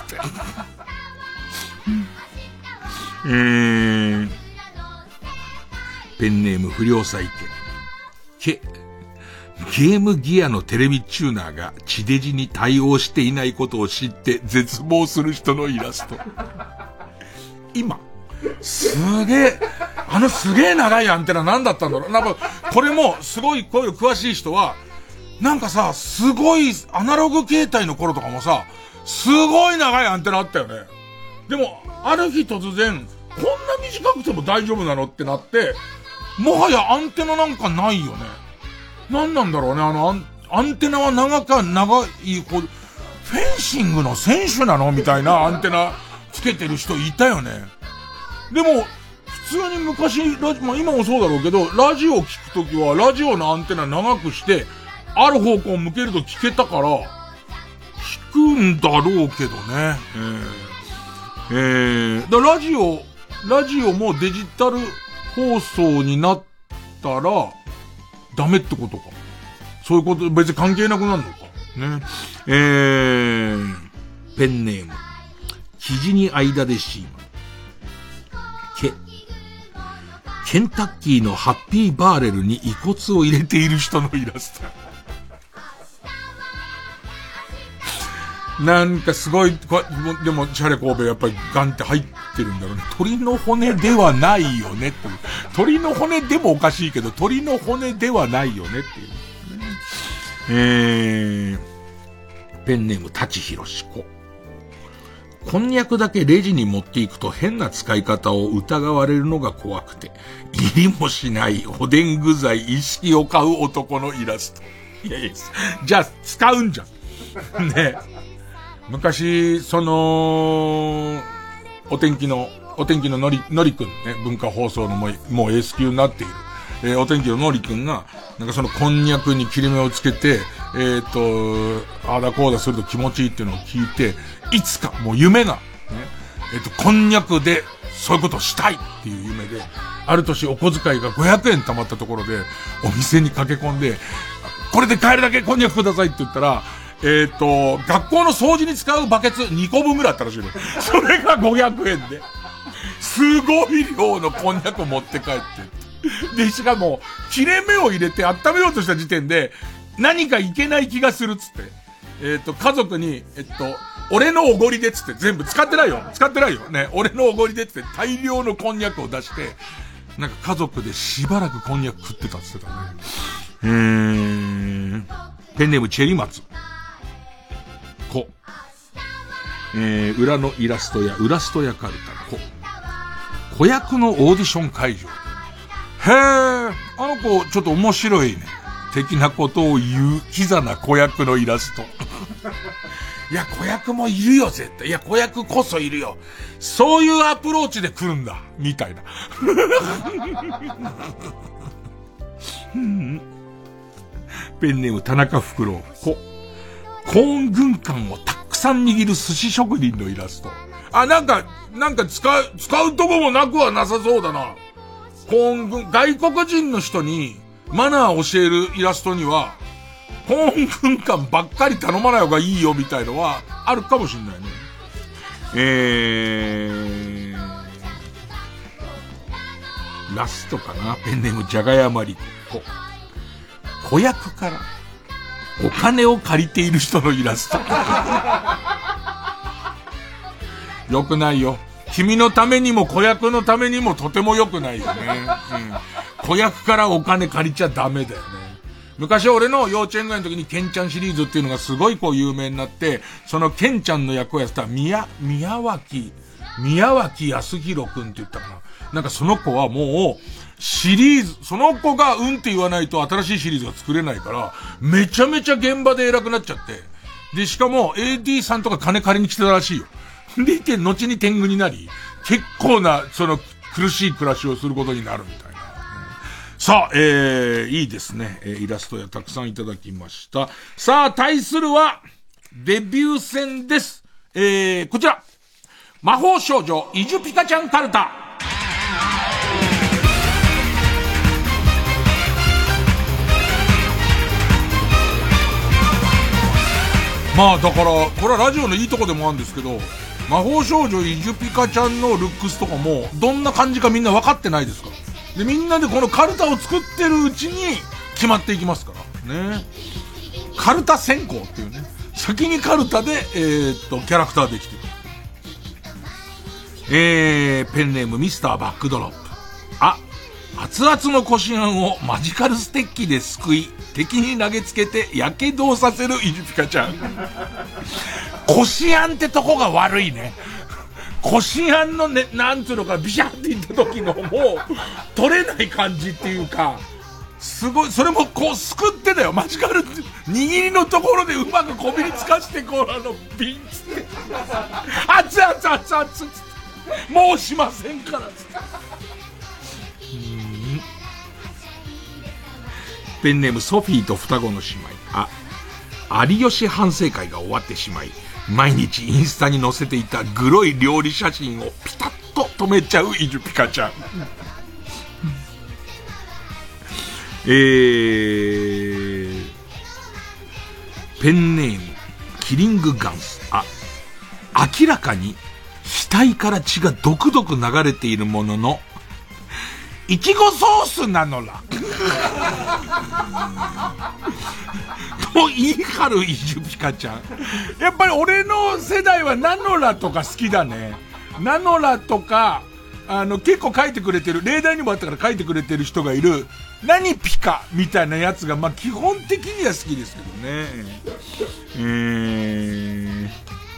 S1: ペンネーム不良債権。ゲームギアのテレビチューナーが地デジに対応していないことを知って絶望する人のイラスト。今、すげえ長いアンテナ何だったんだろう。なんか、これもすごいこういう詳しい人は、なんかさ、すごいアナログ携帯の頃とかもさ、すごい長いアンテナあったよね。でも、ある日突然、こんな短くても大丈夫なのってなって、もはやアンテナなんかないよね。なんなんだろうね、アンテナは長いほど、フェンシングの選手なのみたいなアンテナつけてる人いたよね。でも、普通に昔、まあ今もそうだろうけど、ラジオ聞くときは、ラジオのアンテナ長くして、ある方向を向けると聞けたから、聞くんだろうけどね。ラジオもデジタル放送になったら、ダメってことか。そういうこと、別に関係なくなるのか。ね。ペンネーム。生地に間でシーマ。ケンタッキーのハッピーバーレルに遺骨を入れている人のイラスト。なんかすごい、でも、チャレ神戸やっぱりガンって入ってるんだろうね。鳥の骨ではないよねっていう。鳥の骨でもおかしいけど、鳥の骨ではないよねっていう。ペンネーム、舘ひろし子。こんにゃくだけレジに持っていくと変な使い方を疑われるのが怖くて、入りもしないおでん具材一式を買う男のイラスト。いやいや、じゃあ使うんじゃん。ね。昔、お天気ののりくんね、文化放送のもうエース級になっている。お天気ののりくんが、なんかそのこんにゃくに切れ目をつけて、あだこうだすると気持ちいいっていうのを聞いて、いつか、もう夢が、ね、こんにゃくでそういうことをしたいっていう夢で、ある年お小遣いが500円貯まったところで、お店に駆け込んで、これで買えるだけこんにゃくくださいって言ったら、学校の掃除に使うバケツ2個分ぐらいあったらしいの。それが500円で。すごい量のこんにゃくを持って帰って。で、しかも、切れ目を入れて温めようとした時点で、何かいけない気がするっつって。家族に、俺のおごりでっつって全部使ってないよ。ね、俺のおごりでっつって大量のこんにゃくを出して、なんか家族でしばらくこんにゃく食ってたっつってたね。ペンネームチェリマツ。裏のイラストや裏ストやカルタ。子役のオーディション会場。へー、あの子ちょっと面白いね。的なことを言うキザな子役のイラスト。いや、子役もいるよ、絶対。いや、子役こそいるよ。そういうアプローチで来るんだ。みたいな。ペンネーム田中フクロウ。コーン軍艦をたくさん握る寿司職人のイラスト。あ、なんか使うとこもなくはなさそうだな。外国人の人にマナーを教えるイラストには、コーン軍艦ばっかり頼まない方がいいよみたいのはあるかもしんないね。ラストかな。ペンネームじゃがやまりこ。子役からお金を借りている人のイラスト。よくないよ。君のためにも子役のためにもとても良くないよね。子役からお金借りちゃダメだよね。昔俺の幼稚園ぐらいの時にケンちゃんシリーズっていうのがすごい有名になって、そのケンちゃんの役をやってた宮脇康弘くんって言ったかな。なんかその子はもうその子がって言わないと新しいシリーズが作れないから、めちゃめちゃ現場で偉くなっちゃって。で、しかも AD さんとか金借りに来てたらしいよ。でいて、後に天狗になり、結構な、苦しい暮らしをすることになるみたいな。さあ、いいですね。イラストやたくさんいただきました。さあ、対するは、デビュー戦です。こちら。魔法少女、イジュピカちゃんカルタ。 まあだからこれはラジオのいいとこでもあるんですけど、魔法少女イジュピカちゃんのルックスとかもどんな感じかみんな分かってないですから。でみんなでこのカルタを作ってるうちに決まっていきますからね。カルタ選考っていうね、先にカルタでキャラクターできてる。ペンネームミスターバックドロップ。熱々のこしあんをマジカルステッキですくい敵に投げつけてやけどをさせるイジュピカちゃん。こしあんってとこが悪いね。こしあんのね、なんつうのかビシャっていった時のもう取れない感じっていうか、すごい、それもこうすくってだよ。マジカルって握りのところでうまくこびりつかしてこうビンつって熱々熱々つってもうしませんからつって。ペンネームソフィーと双子の姉妹。有吉反省会が終わってしまい、毎日インスタに載せていたグロい料理写真をピタッと止めちゃうイジュピカちゃん。ペンネームキリングガンス。明らかに額から血がドクドク流れているもののいちごソースなのらと言い張るイジュピカちゃん。やっぱり俺の世代はナノラとか好きだね。ナノラとか結構書いてくれてる、例題にもあったから書いてくれてる人がいる何ピカみたいなやつがまあ基本的には好きですけどね。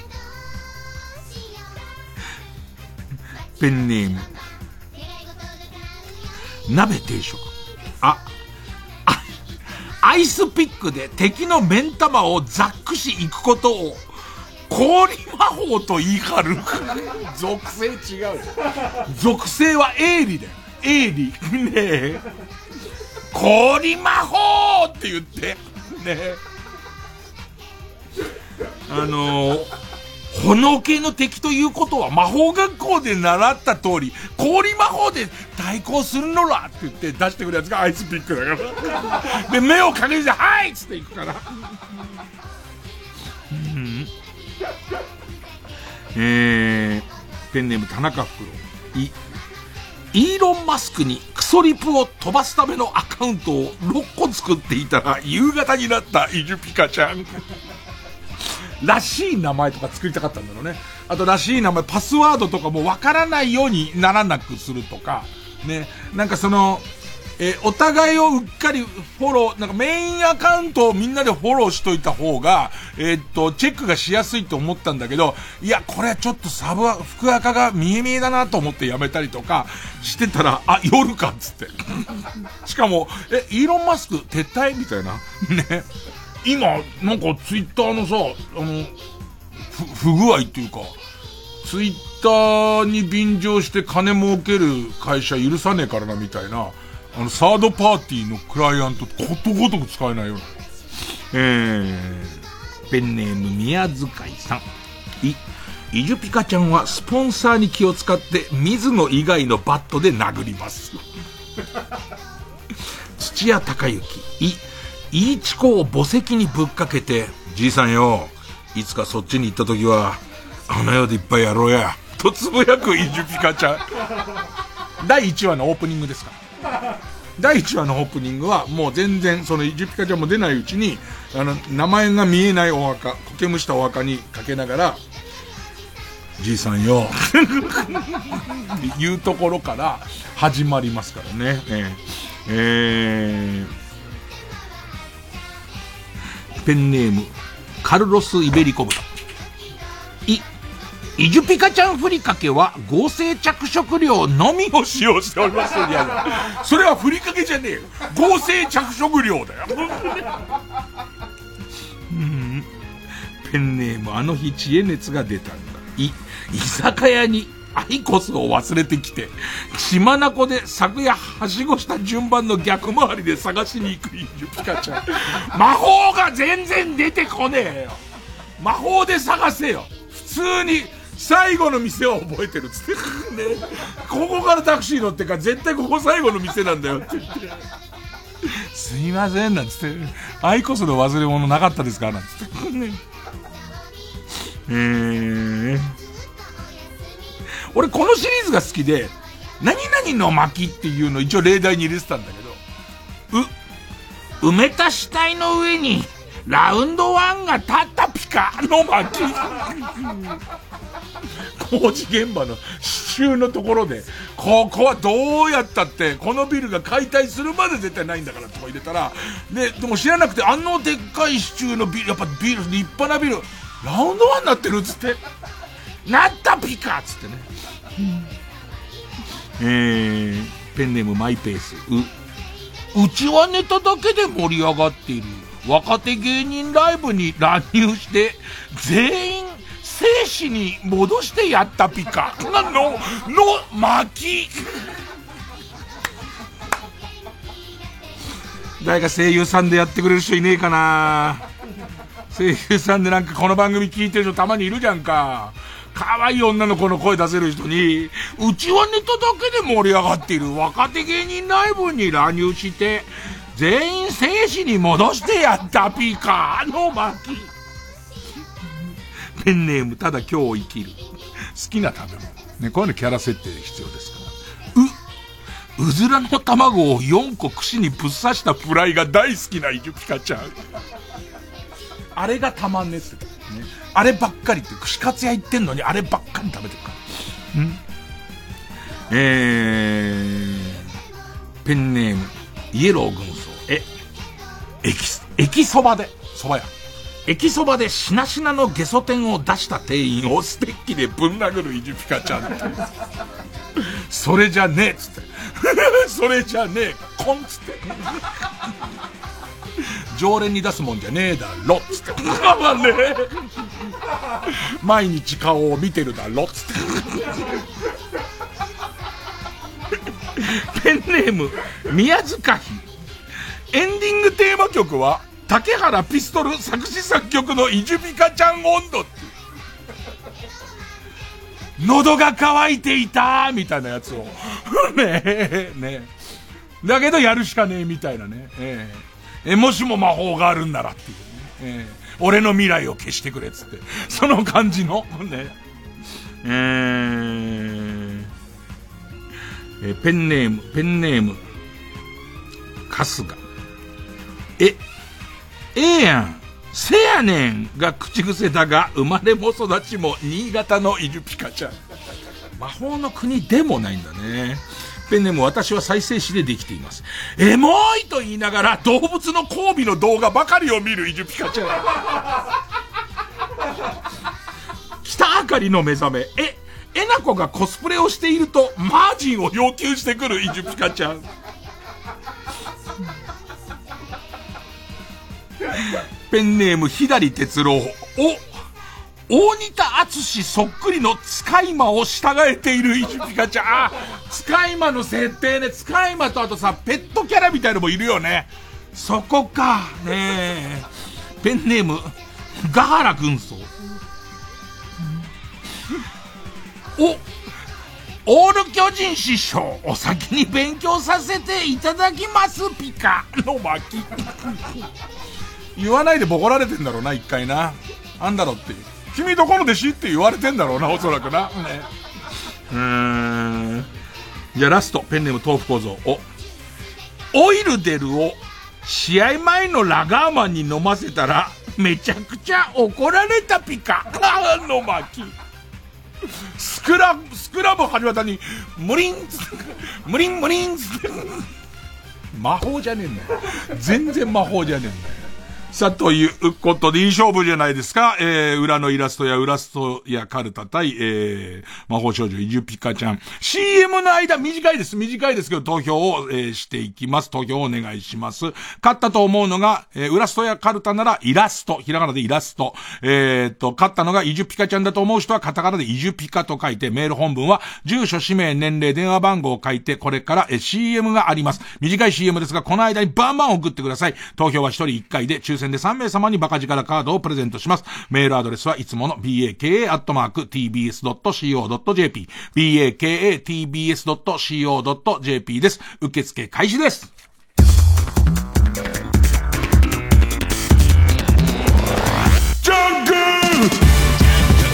S1: ペンネーム鍋定食。アイスピックで敵の目ん玉をザックし行くことを氷魔法と言い張る。属性違う。属性は鋭利だよ。鋭利。ねえ。氷魔法って言って。ねえ。炎系の敵ということは魔法学校で習った通り氷魔法で対抗するのらって言って出してくるやつがアイスピックだからで目をかけてはいっつっていくからペンネーム田中フクロウ。イーロン・マスクにクソリプを飛ばすためのアカウントを6個作っていたら夕方になったイジュピカちゃんらしい名前とか作りたかったんだろうね。あとらしい名前、パスワードとかもわからないようにならなくするとかね。なんかお互いをうっかりフォロー、なんかメインアカウントをみんなでフォローしといた方がチェックがしやすいと思ったんだけど、いやこれちょっと福赤が見え見えだなと思ってやめたりとかしてたら、夜かっつってしかもイーロンマスク撤退みたいなね。今なんかツイッターのさ不具合っていうか、ツイッターに便乗して金儲ける会社許さねえからなみたいな、サードパーティーのクライアントことごとく使えないような。ペンネーム宮遣いさん。イジュピカちゃんはスポンサーに気を使って水野以外のバットで殴ります土屋隆之。イーチコを墓石にぶっかけて、じいさんよ、いつかそっちに行った時はあの世でいっぱいやろうやとつぶやくイジュピカちゃん。第1話のオープニングですから。第1話のオープニングはもう全然そのイジュピカちゃんも出ないうちに名前が見えないお墓、苔むしたお墓にかけながらじいさんよっていうところから始まりますからね。ペンネームカルロス・イベリコブラ。イジュピカちゃんふりかけは合成着色料のみを使用しております。いやそれはふりかけじゃねえよ、合成着色料だよペンネームあの日知恵熱が出たんだ。居酒屋にアイコスを忘れてきて血眼で昨夜はしごした順番の逆回りで探しに行くイジュピカちゃん。魔法が全然出てこねえよ、魔法で探せよ。普通に最後の店は覚えてるっつってね、ここからタクシー乗ってから絶対ここ最後の店なんだよって言ってすいませんなんつって、アイコスの忘れ物なかったですかなんつって俺このシリーズが好きで、何々の巻っていうの一応例題に入れてたんだけど、埋めた死体の上にラウンドワンが立ったピカの巻。工事現場の支柱のところで、ここはどうやったってこのビルが解体するまで絶対ないんだからとか入れたら、でも知らなくて、あのでっかい支柱のビル、やっぱビル、立派なビル、ラウンドワンになってるっつって、なったピカっつってね。ペンネームマイペース。うちはネタだけで盛り上がっている若手芸人ライブに乱入して全員生死に戻してやったピカの巻。誰か声優さんでやってくれる人いねえかな。声優さんでなんかこの番組聞いてる人たまにいるじゃんか。可愛い女の子の声出せる人に、うちはネタだけで盛り上がっている若手芸人ライブに乱入して全員生死に戻してやったピカの巻。ペンネームただ今日生きる。好きな食べ物ね、こういうのキャラ設定必要ですから。うずらの卵を4個串にぶっ刺したフライが大好きなイジュピカちゃん。あれがたまんねえっつってね。あればっかりって串カツ屋行ってんのにあればっかり食べてるから。ペンネームイエロー軍曹。駅そばでそば屋。駅そばでしなしなのゲソ天を出した店員をステッキでぶん殴るイジュピカちゃんって。それじゃねえっつってそれじゃねえコンっつって常連に出すもんじゃねえだろっつって。まあね、毎日顔を見てるだろっつって。ペンネーム宮塚ひ。エンディングテーマ曲は竹原ピストル作詞作曲のイジュピカちゃん温度って。喉が渇いていたみたいなやつをねえねえ、だけどやるしかねえみたいなね。もしも魔法があるんならっていうね、俺の未来を消してくれっつって、その感じのね。ペンネーム春日。やんせやねんが口癖だが、生まれも育ちも新潟のイジュピカちゃん。魔法の国でもないんだね。ペンネーム私は再生紙でできています。エモいと言いながら動物の交尾の動画ばかりを見るイジュピカちゃん。北あかりの目覚め。えなこがコスプレをしているとマージンを要求してくるイジュピカちゃん。ペンネーム左哲郎。大仁田敦そっくりの使い魔を従えているイジュピカちゃん。使い魔の設定ね。使い魔とあとさ、ペットキャラみたいのもいるよね。そこかね。ペンネームガハラ軍曹。オール巨人師匠、お先に勉強させていただきますピカの巻。言わないでボコられてんだろうな、一回な。なんだろうっていう。君どこの弟子って言われてんだろうな、おそらくな。ね。じゃあラスト、ペンネーム豆腐構造。オイルデルを試合前のラガーマンに飲ませたらめちゃくちゃ怒られたピカの巻。スクラブ始まったにムリン魔法じゃねえんだよ。全然魔法じゃねえんだよ。さあ、ということでいい勝負じゃないですか。裏のイラストやカルタ対、魔法少女イジュピカちゃん。CM の間、短いですけど、投票を、していきます。投票をお願いします。勝ったと思うのが、裏ストやカルタならイラスト。ひらがなでイラスト。勝ったのがイジュピカちゃんだと思う人はカタカナでイジュピカと書いて、メール本文は、住所、氏名、年齢、電話番号を書いて、これから、CM があります。短い CM ですが、この間にバンバン送ってください。投票は1人1回で、抽選で3名様にバカ力カードをプレゼントします。メールアドレスはいつもの baka@tbs.co.jp baka@tbs.co.jp です。受付開始です。ジャンク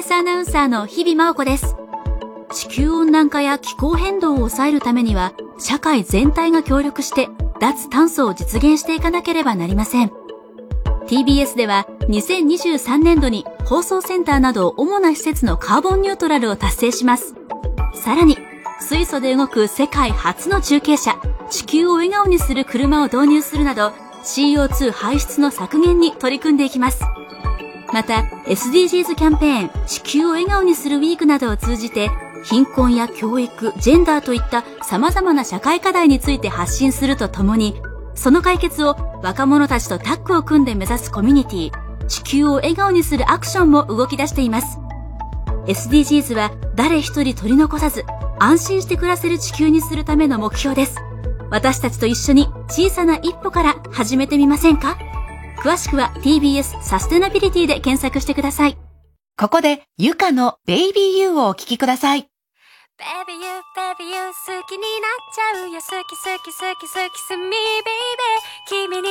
S18: TBS アナウンサーの日々真央子です。地球温暖化や気候変動を抑えるためには、社会全体が協力して脱炭素を実現していかなければなりません。TBS では2023年度に放送センターなど主な施設のカーボンニュートラルを達成します。さらに、水素で動く世界初の中継車、地球を笑顔にする車を導入するなど、CO2 排出の削減に取り組んでいきます。また、SDGs キャンペーン、地球を笑顔にするウィークなどを通じて、貧困や教育、ジェンダーといった様々な社会課題について発信するとともに、その解決を若者たちとタッグを組んで目指すコミュニティ、地球を笑顔にするアクションも動き出しています。SDGs は誰一人取り残さず、安心して暮らせる地球にするための目標です。私たちと一緒に小さな一歩から始めてみませんか？詳しくは TBS サステナビリティで検索してください。
S9: ここでゆかのベイビーユーをお聴きください。
S19: Baby you, baby you 好きになっちゃうよ好き好き好き好きすみ baby 君にあげる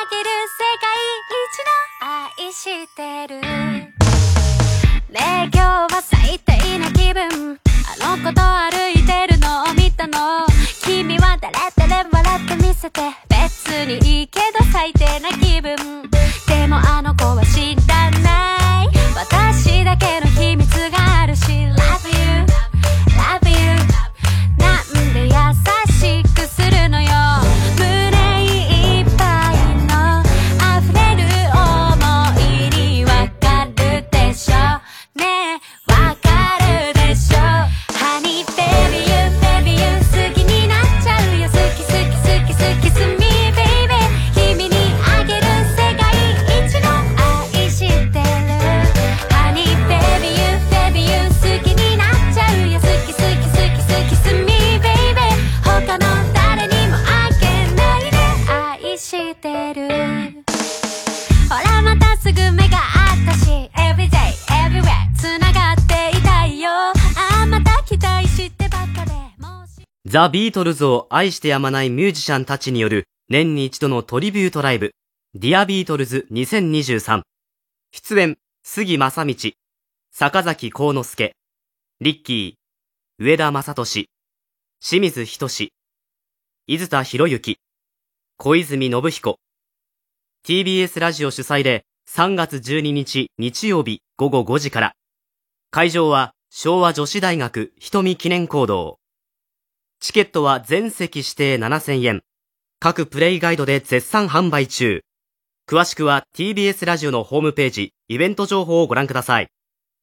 S19: 世界一の愛してるねえ今日は最低な気分あの子と歩いてるのを見たの君は誰笑ってみせて別にいいけど最低な気分でもあの子は知らない私だけの秘密があるし Love you Love you なんで優しくするのよ胸いっぱいの溢れる想いにわかるでしょねえわかるでしょ Honey baby you baby you 好きになっちゃうよ好き好き好き好きすみ baby 君にあげる世界一の愛してる Honey baby you baby you 好きになっちゃうよ好き好き好き好きすみ baby 他の誰にもあげないで愛してるほらまたすぐ目があったし Everyday everywhere 繋がっていたいよあまた期待してばっかで
S8: ザ・ビートルズを愛してやまないミュージシャンたちによる年に一度のトリビュートライブ、ディアビートルズ2023。出演、杉正道、坂崎幸之助、リッキー、上田正俊、清水仁、伊豆田博之、小泉信彦。TBS ラジオ主催で3月12日日曜日午後5時から。会場は昭和女子大学瞳記念講堂。チケットは全席指定7000円。各プレイガイドで絶賛販売中。詳しくは TBS ラジオのホームページ、イベント情報をご覧ください。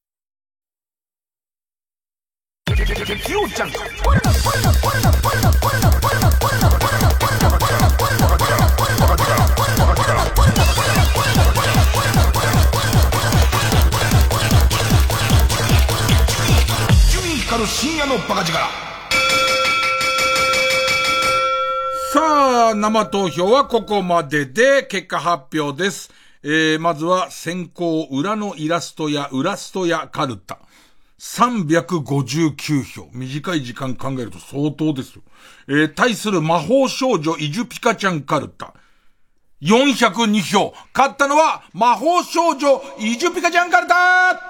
S1: 光る深夜のバカ力。さあ、生投票はここまでで結果発表です。まずは先行裏のイラストやウラストやカルタ。359票。短い時間考えると相当ですよ。対する魔法少女イジュピカちゃんカルタ。402票。勝ったのは魔法少女イジュピカちゃんカルタ。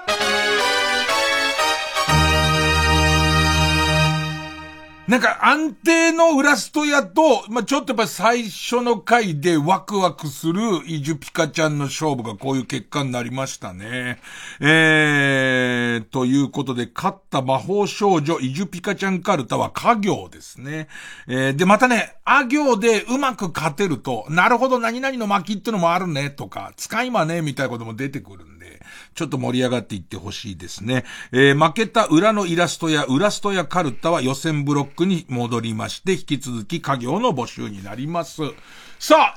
S1: なんか安定のウラストやと、ちょっとやっぱり最初の回でワクワクするイジュピカちゃんの勝負がこういう結果になりましたね。ということで、勝った魔法少女イジュピカちゃんカルタは家行ですね。で、またね、あ行でうまく勝てると、なるほど何々の巻ってのもあるねとか、使い魔ねみたいなことも出てくるんで、ちょっと盛り上がっていってほしいですね。負けた裏のイラストやウラストやカルタは予選ブロックに戻りまして、引き続き家業の募集になります。さあ、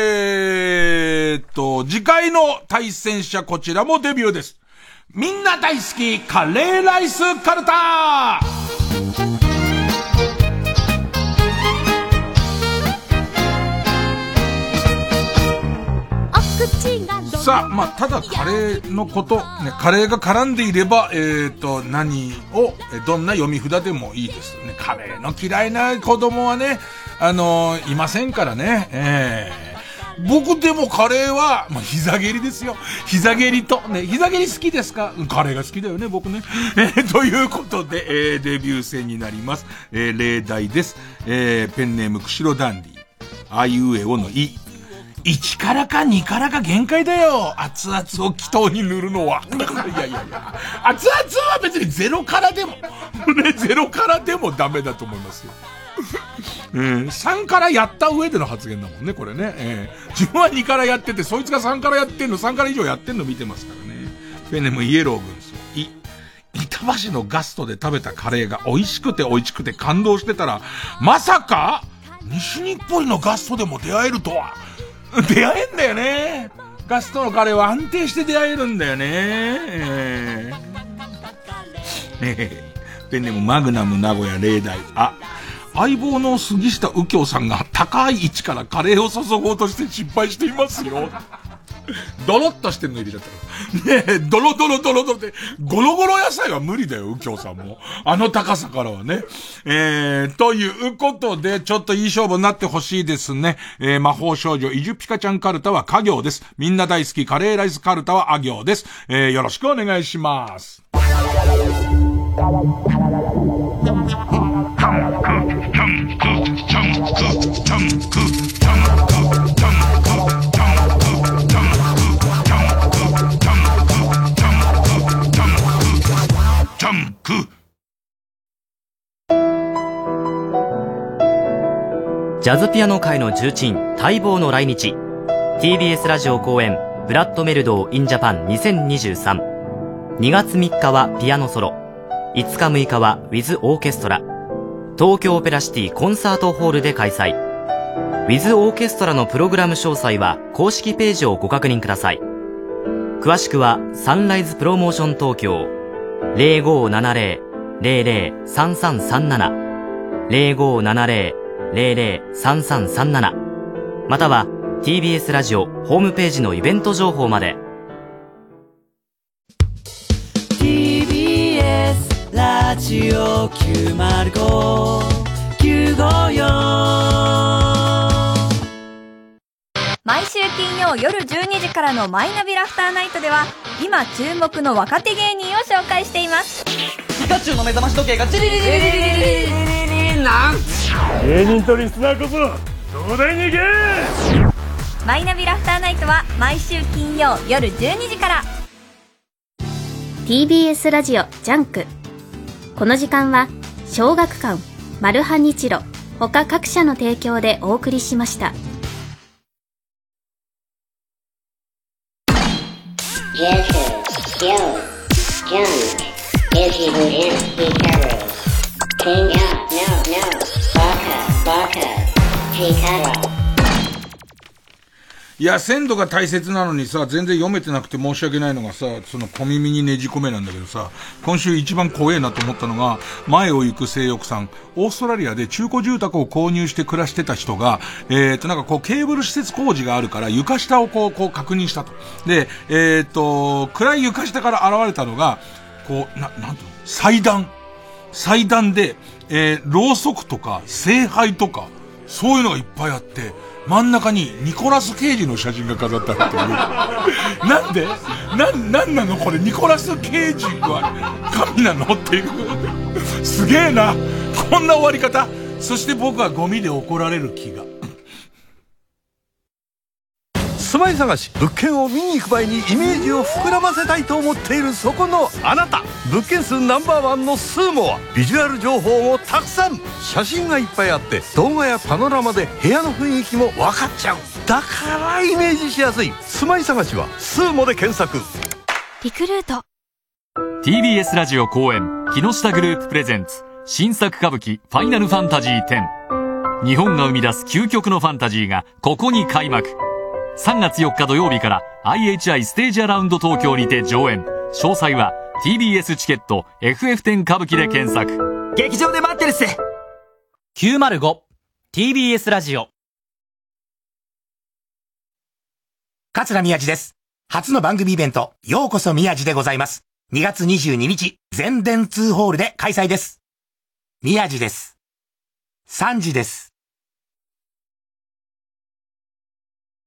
S1: 次回の対戦者こちらもデビューです。みんな大好きカレーライスカルタ。さあ、ただカレーのこと、ね、カレーが絡んでいれば、何を、どんな読み札でもいいですね。カレーの嫌いな子供はね、いませんからね。 僕でもカレーは、膝蹴りですよ。膝蹴りと、ね、膝蹴り好きですか？カレーが好きだよね、僕ね。ということで、デビュー戦になります。例題です。ペンネーム、釧路ダンディ。あいうえおのい。1からか2からが限界だよ。熱々を気筒に塗るのは。いやいやいや。熱々は別に0からでも、ね、0からでもダメだと思いますよ。3からやった上での発言だもんね、これね。自分は2からやってて、そいつが3からやってんの、3から以上やってんの見てますからね。ペンネームイエロー軍曹。板橋のガストで食べたカレーが美味しくて美味しくて感動してたら、まさか西日暮里のガストでも出会えるとは。出会えんだよね。ガストのカレーは安定して出会えるんだよね。ペンネームマグナム名古屋例題。相棒の杉下右京さんが高い位置からカレーを注ごうとして失敗していますよ。ドロッとしてるの入れちゃったから。ねえ、ドロドロって、ゴロゴロ野菜は無理だよ、右京さんも。あの高さからはね。ということで、ちょっといい勝負になってほしいですね。魔法少女、イジュピカちゃんカルタは家行です。みんな大好きカレーライスカルタはあ行です。よろしくお願いします。
S8: ジャズピアノ界の重鎮待望の来日 TBS ラジオ公演ブラッドメルドー in Japan 2023 2月3日はピアノソロ5日6日は With オーケストラ東京オペラシティコンサートホールで開催 With オーケストラのプログラム詳細は公式ページをご確認ください。詳しくはサンライズプロモーション東京 0570-003337 0570-003337 または TBS ラジオホームページのイベント情報まで。
S2: TBS ラジオ905-954
S5: 毎週金曜夜12時からのマイナビラフターナイトでは今注目の若手芸人を紹介しています。
S2: ピカチュウの目覚まし時計がチリリリリリリリリリなん
S16: 芸人とリスナーこそ東大に行け。
S5: マイナビラフターナイトは毎週金曜夜12時から。
S3: TBS ラジオジャンク。この時間は小学館マルハニチロ他各社の提供でお送りしました。
S1: いや、鮮度が大切なのにさ、全然読めてなくて申し訳ないのがさ、その小耳にねじ込めなんだけどさ、今週一番怖えなと思ったのが、前を行く性欲さん、オーストラリアで中古住宅を購入して暮らしてた人が、なんかこうケーブル施設工事があるから床下をこう確認したと。で、暗い床下から現れたのが、こう、なんていうの？祭壇で、ろうそくとか、聖杯とか、そういうのがいっぱいあって、真ん中にニコラス・ケイジの写真が飾ってあるっていう。なんで？なんなのこれ、ニコラス・ケイジは神なのっていう。すげえな。こんな終わり方。そして僕はゴミで怒られる気が。
S13: 住まい探し物件を見に行く前にイメージを膨らませたいと思っているそこのあなた、物件数Ｎｏ.1のスーモはビジュアル情報もたくさん、写真がいっぱいあって動画やパノラマで部屋の雰囲気も分かっちゃう。だからイメージしやすい。住まい探しはスーモで検索。
S5: リクルート
S20: TBS ラジオ公演木下グループプレゼンツ新作歌舞伎ファイナルファンタジー10。日本が生み出す究極のファンタジーがここに開幕。3月4日土曜日から IHI ステージアラウンド東京にて上演。詳細は TBS チケット FF10 歌舞伎で検索。
S2: 劇場で待ってるっす。
S8: 905 TBS ラジオ。
S17: 桂宮治です。初の番組イベント、ようこそ宮治でございます。2月22日、全電通ホールで開催です。宮治です。3時です。